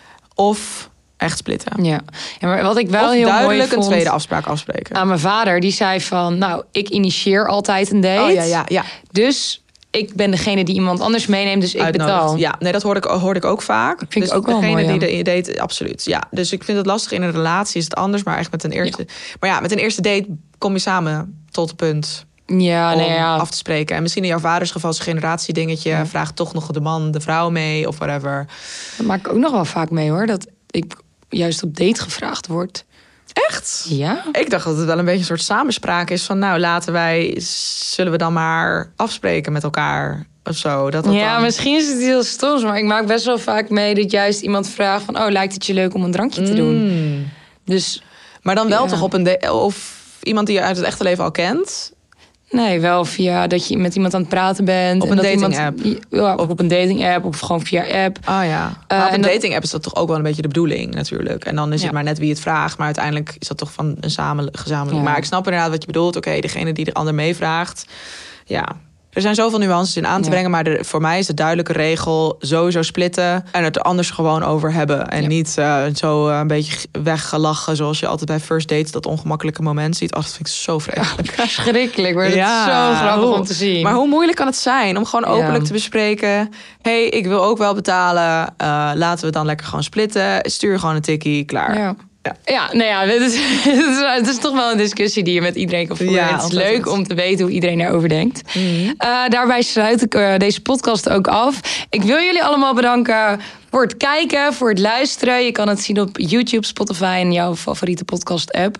[SPEAKER 2] of echt splitten.
[SPEAKER 1] Ja, ja maar wat ik wel
[SPEAKER 2] of
[SPEAKER 1] heel
[SPEAKER 2] duidelijk
[SPEAKER 1] mooi vond,
[SPEAKER 2] een tweede afspraak afspreken.
[SPEAKER 1] Aan mijn vader, die zei van, nou, ik initieer altijd een date.
[SPEAKER 2] Oh ja, ja, ja.
[SPEAKER 1] Dus ik ben degene die iemand anders meeneemt, dus ik betaal.
[SPEAKER 2] Ja, nee, dat hoorde ik, hoorde ik ook vaak.
[SPEAKER 1] Vind ik
[SPEAKER 2] dus
[SPEAKER 1] ook wel
[SPEAKER 2] degene
[SPEAKER 1] mooi, ja.
[SPEAKER 2] die de date, absoluut. Ja, dus ik vind het lastig in een relatie is het anders, maar echt met een eerste. Ja. Maar ja, met een eerste date kom je samen tot het punt.
[SPEAKER 1] Ja,
[SPEAKER 2] om
[SPEAKER 1] nee, ja.
[SPEAKER 2] af te spreken. En misschien in jouw vaders geval is een generatiedingetje. Ja. Vraagt toch nog de man, de vrouw mee of whatever.
[SPEAKER 1] Dat maak ik ook nog wel vaak mee hoor. Dat ik juist op date gevraagd word.
[SPEAKER 2] Echt?
[SPEAKER 1] Ja.
[SPEAKER 2] Ik dacht dat het wel een beetje een soort samenspraak is van nou laten wij, zullen we dan maar afspreken met elkaar of zo. Dat dat
[SPEAKER 1] ja,
[SPEAKER 2] dan...
[SPEAKER 1] misschien is het heel stoms, maar ik maak best wel vaak mee dat juist iemand vraagt van oh, lijkt het je leuk om een drankje te doen?
[SPEAKER 2] Mm.
[SPEAKER 1] Dus,
[SPEAKER 2] maar dan wel
[SPEAKER 1] ja.
[SPEAKER 2] toch op een date of iemand die je uit het echte leven al kent?
[SPEAKER 1] Nee, wel via dat je met iemand aan het praten bent.
[SPEAKER 2] Op
[SPEAKER 1] en
[SPEAKER 2] een
[SPEAKER 1] dat
[SPEAKER 2] dating
[SPEAKER 1] iemand,
[SPEAKER 2] app?
[SPEAKER 1] Ja, of op een dating app of gewoon via app.
[SPEAKER 2] Ah ja. Maar
[SPEAKER 1] Uh,
[SPEAKER 2] op een
[SPEAKER 1] dat...
[SPEAKER 2] dating app is dat toch ook wel een beetje de bedoeling natuurlijk. En dan is
[SPEAKER 1] ja.
[SPEAKER 2] het maar net wie het vraagt. Maar uiteindelijk is dat toch van een samen, gezamenlijk.
[SPEAKER 1] Ja.
[SPEAKER 2] Maar ik snap inderdaad wat je bedoelt. Oké, okay, degene die de ander meevraagt. Ja. Er zijn zoveel nuances in aan te ja. brengen. Maar de, voor mij is de duidelijke regel sowieso splitten. En het er anders gewoon over hebben. En ja. niet uh, zo uh, een beetje weggelachen. Zoals je altijd bij first dates dat ongemakkelijke moment ziet. Oh, dat vind ik zo vreselijk.
[SPEAKER 1] Ja, verschrikkelijk. Maar ja. het is zo grappig
[SPEAKER 2] hoe,
[SPEAKER 1] om te zien.
[SPEAKER 2] Maar hoe moeilijk kan het zijn om gewoon openlijk ja. te bespreken. Hé, hey, ik wil ook wel betalen. Uh, laten we dan lekker gewoon splitten. Stuur gewoon een tikkie, klaar.
[SPEAKER 1] Ja. Ja, ja, nou ja, het is, het, is, het is toch wel een discussie die je met iedereen kan voeren. Ja, het is leuk het. om te weten hoe iedereen daarover denkt. Mm-hmm. Uh, daarbij sluit ik uh, deze podcast ook af. Ik wil jullie allemaal bedanken voor het kijken, voor het luisteren. Je kan het zien op YouTube, Spotify en jouw favoriete podcast-app.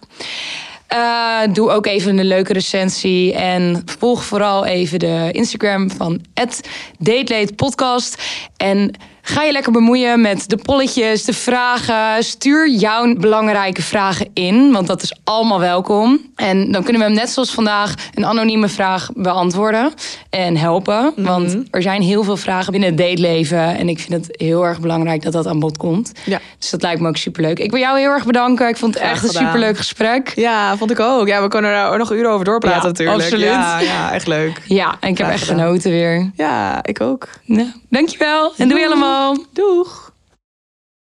[SPEAKER 1] Uh, doe ook even een leuke recensie. En volg vooral even de Instagram van at datelatepodcast. En ga je lekker bemoeien met de polletjes, de vragen. Stuur jouw belangrijke vragen in, want dat is allemaal welkom. En dan kunnen we hem net zoals vandaag een anonieme vraag beantwoorden en helpen. Mm-hmm. Want er zijn heel veel vragen binnen het dateleven. En ik vind het heel erg belangrijk dat dat aan bod komt. Ja. Dus dat lijkt me ook superleuk. Ik wil jou heel erg bedanken. Ik vond het Graag echt gedaan. een superleuk gesprek.
[SPEAKER 2] Ja, vond ik ook. Ja, we kunnen er nog uren over doorpraten ja, natuurlijk.
[SPEAKER 1] Absoluut.
[SPEAKER 2] Ja, ja, echt leuk.
[SPEAKER 1] Ja, en ik Graag heb echt gedaan. genoten weer.
[SPEAKER 2] Ja, ik ook.
[SPEAKER 1] Ja, dankjewel. En doei allemaal.
[SPEAKER 2] Doeg.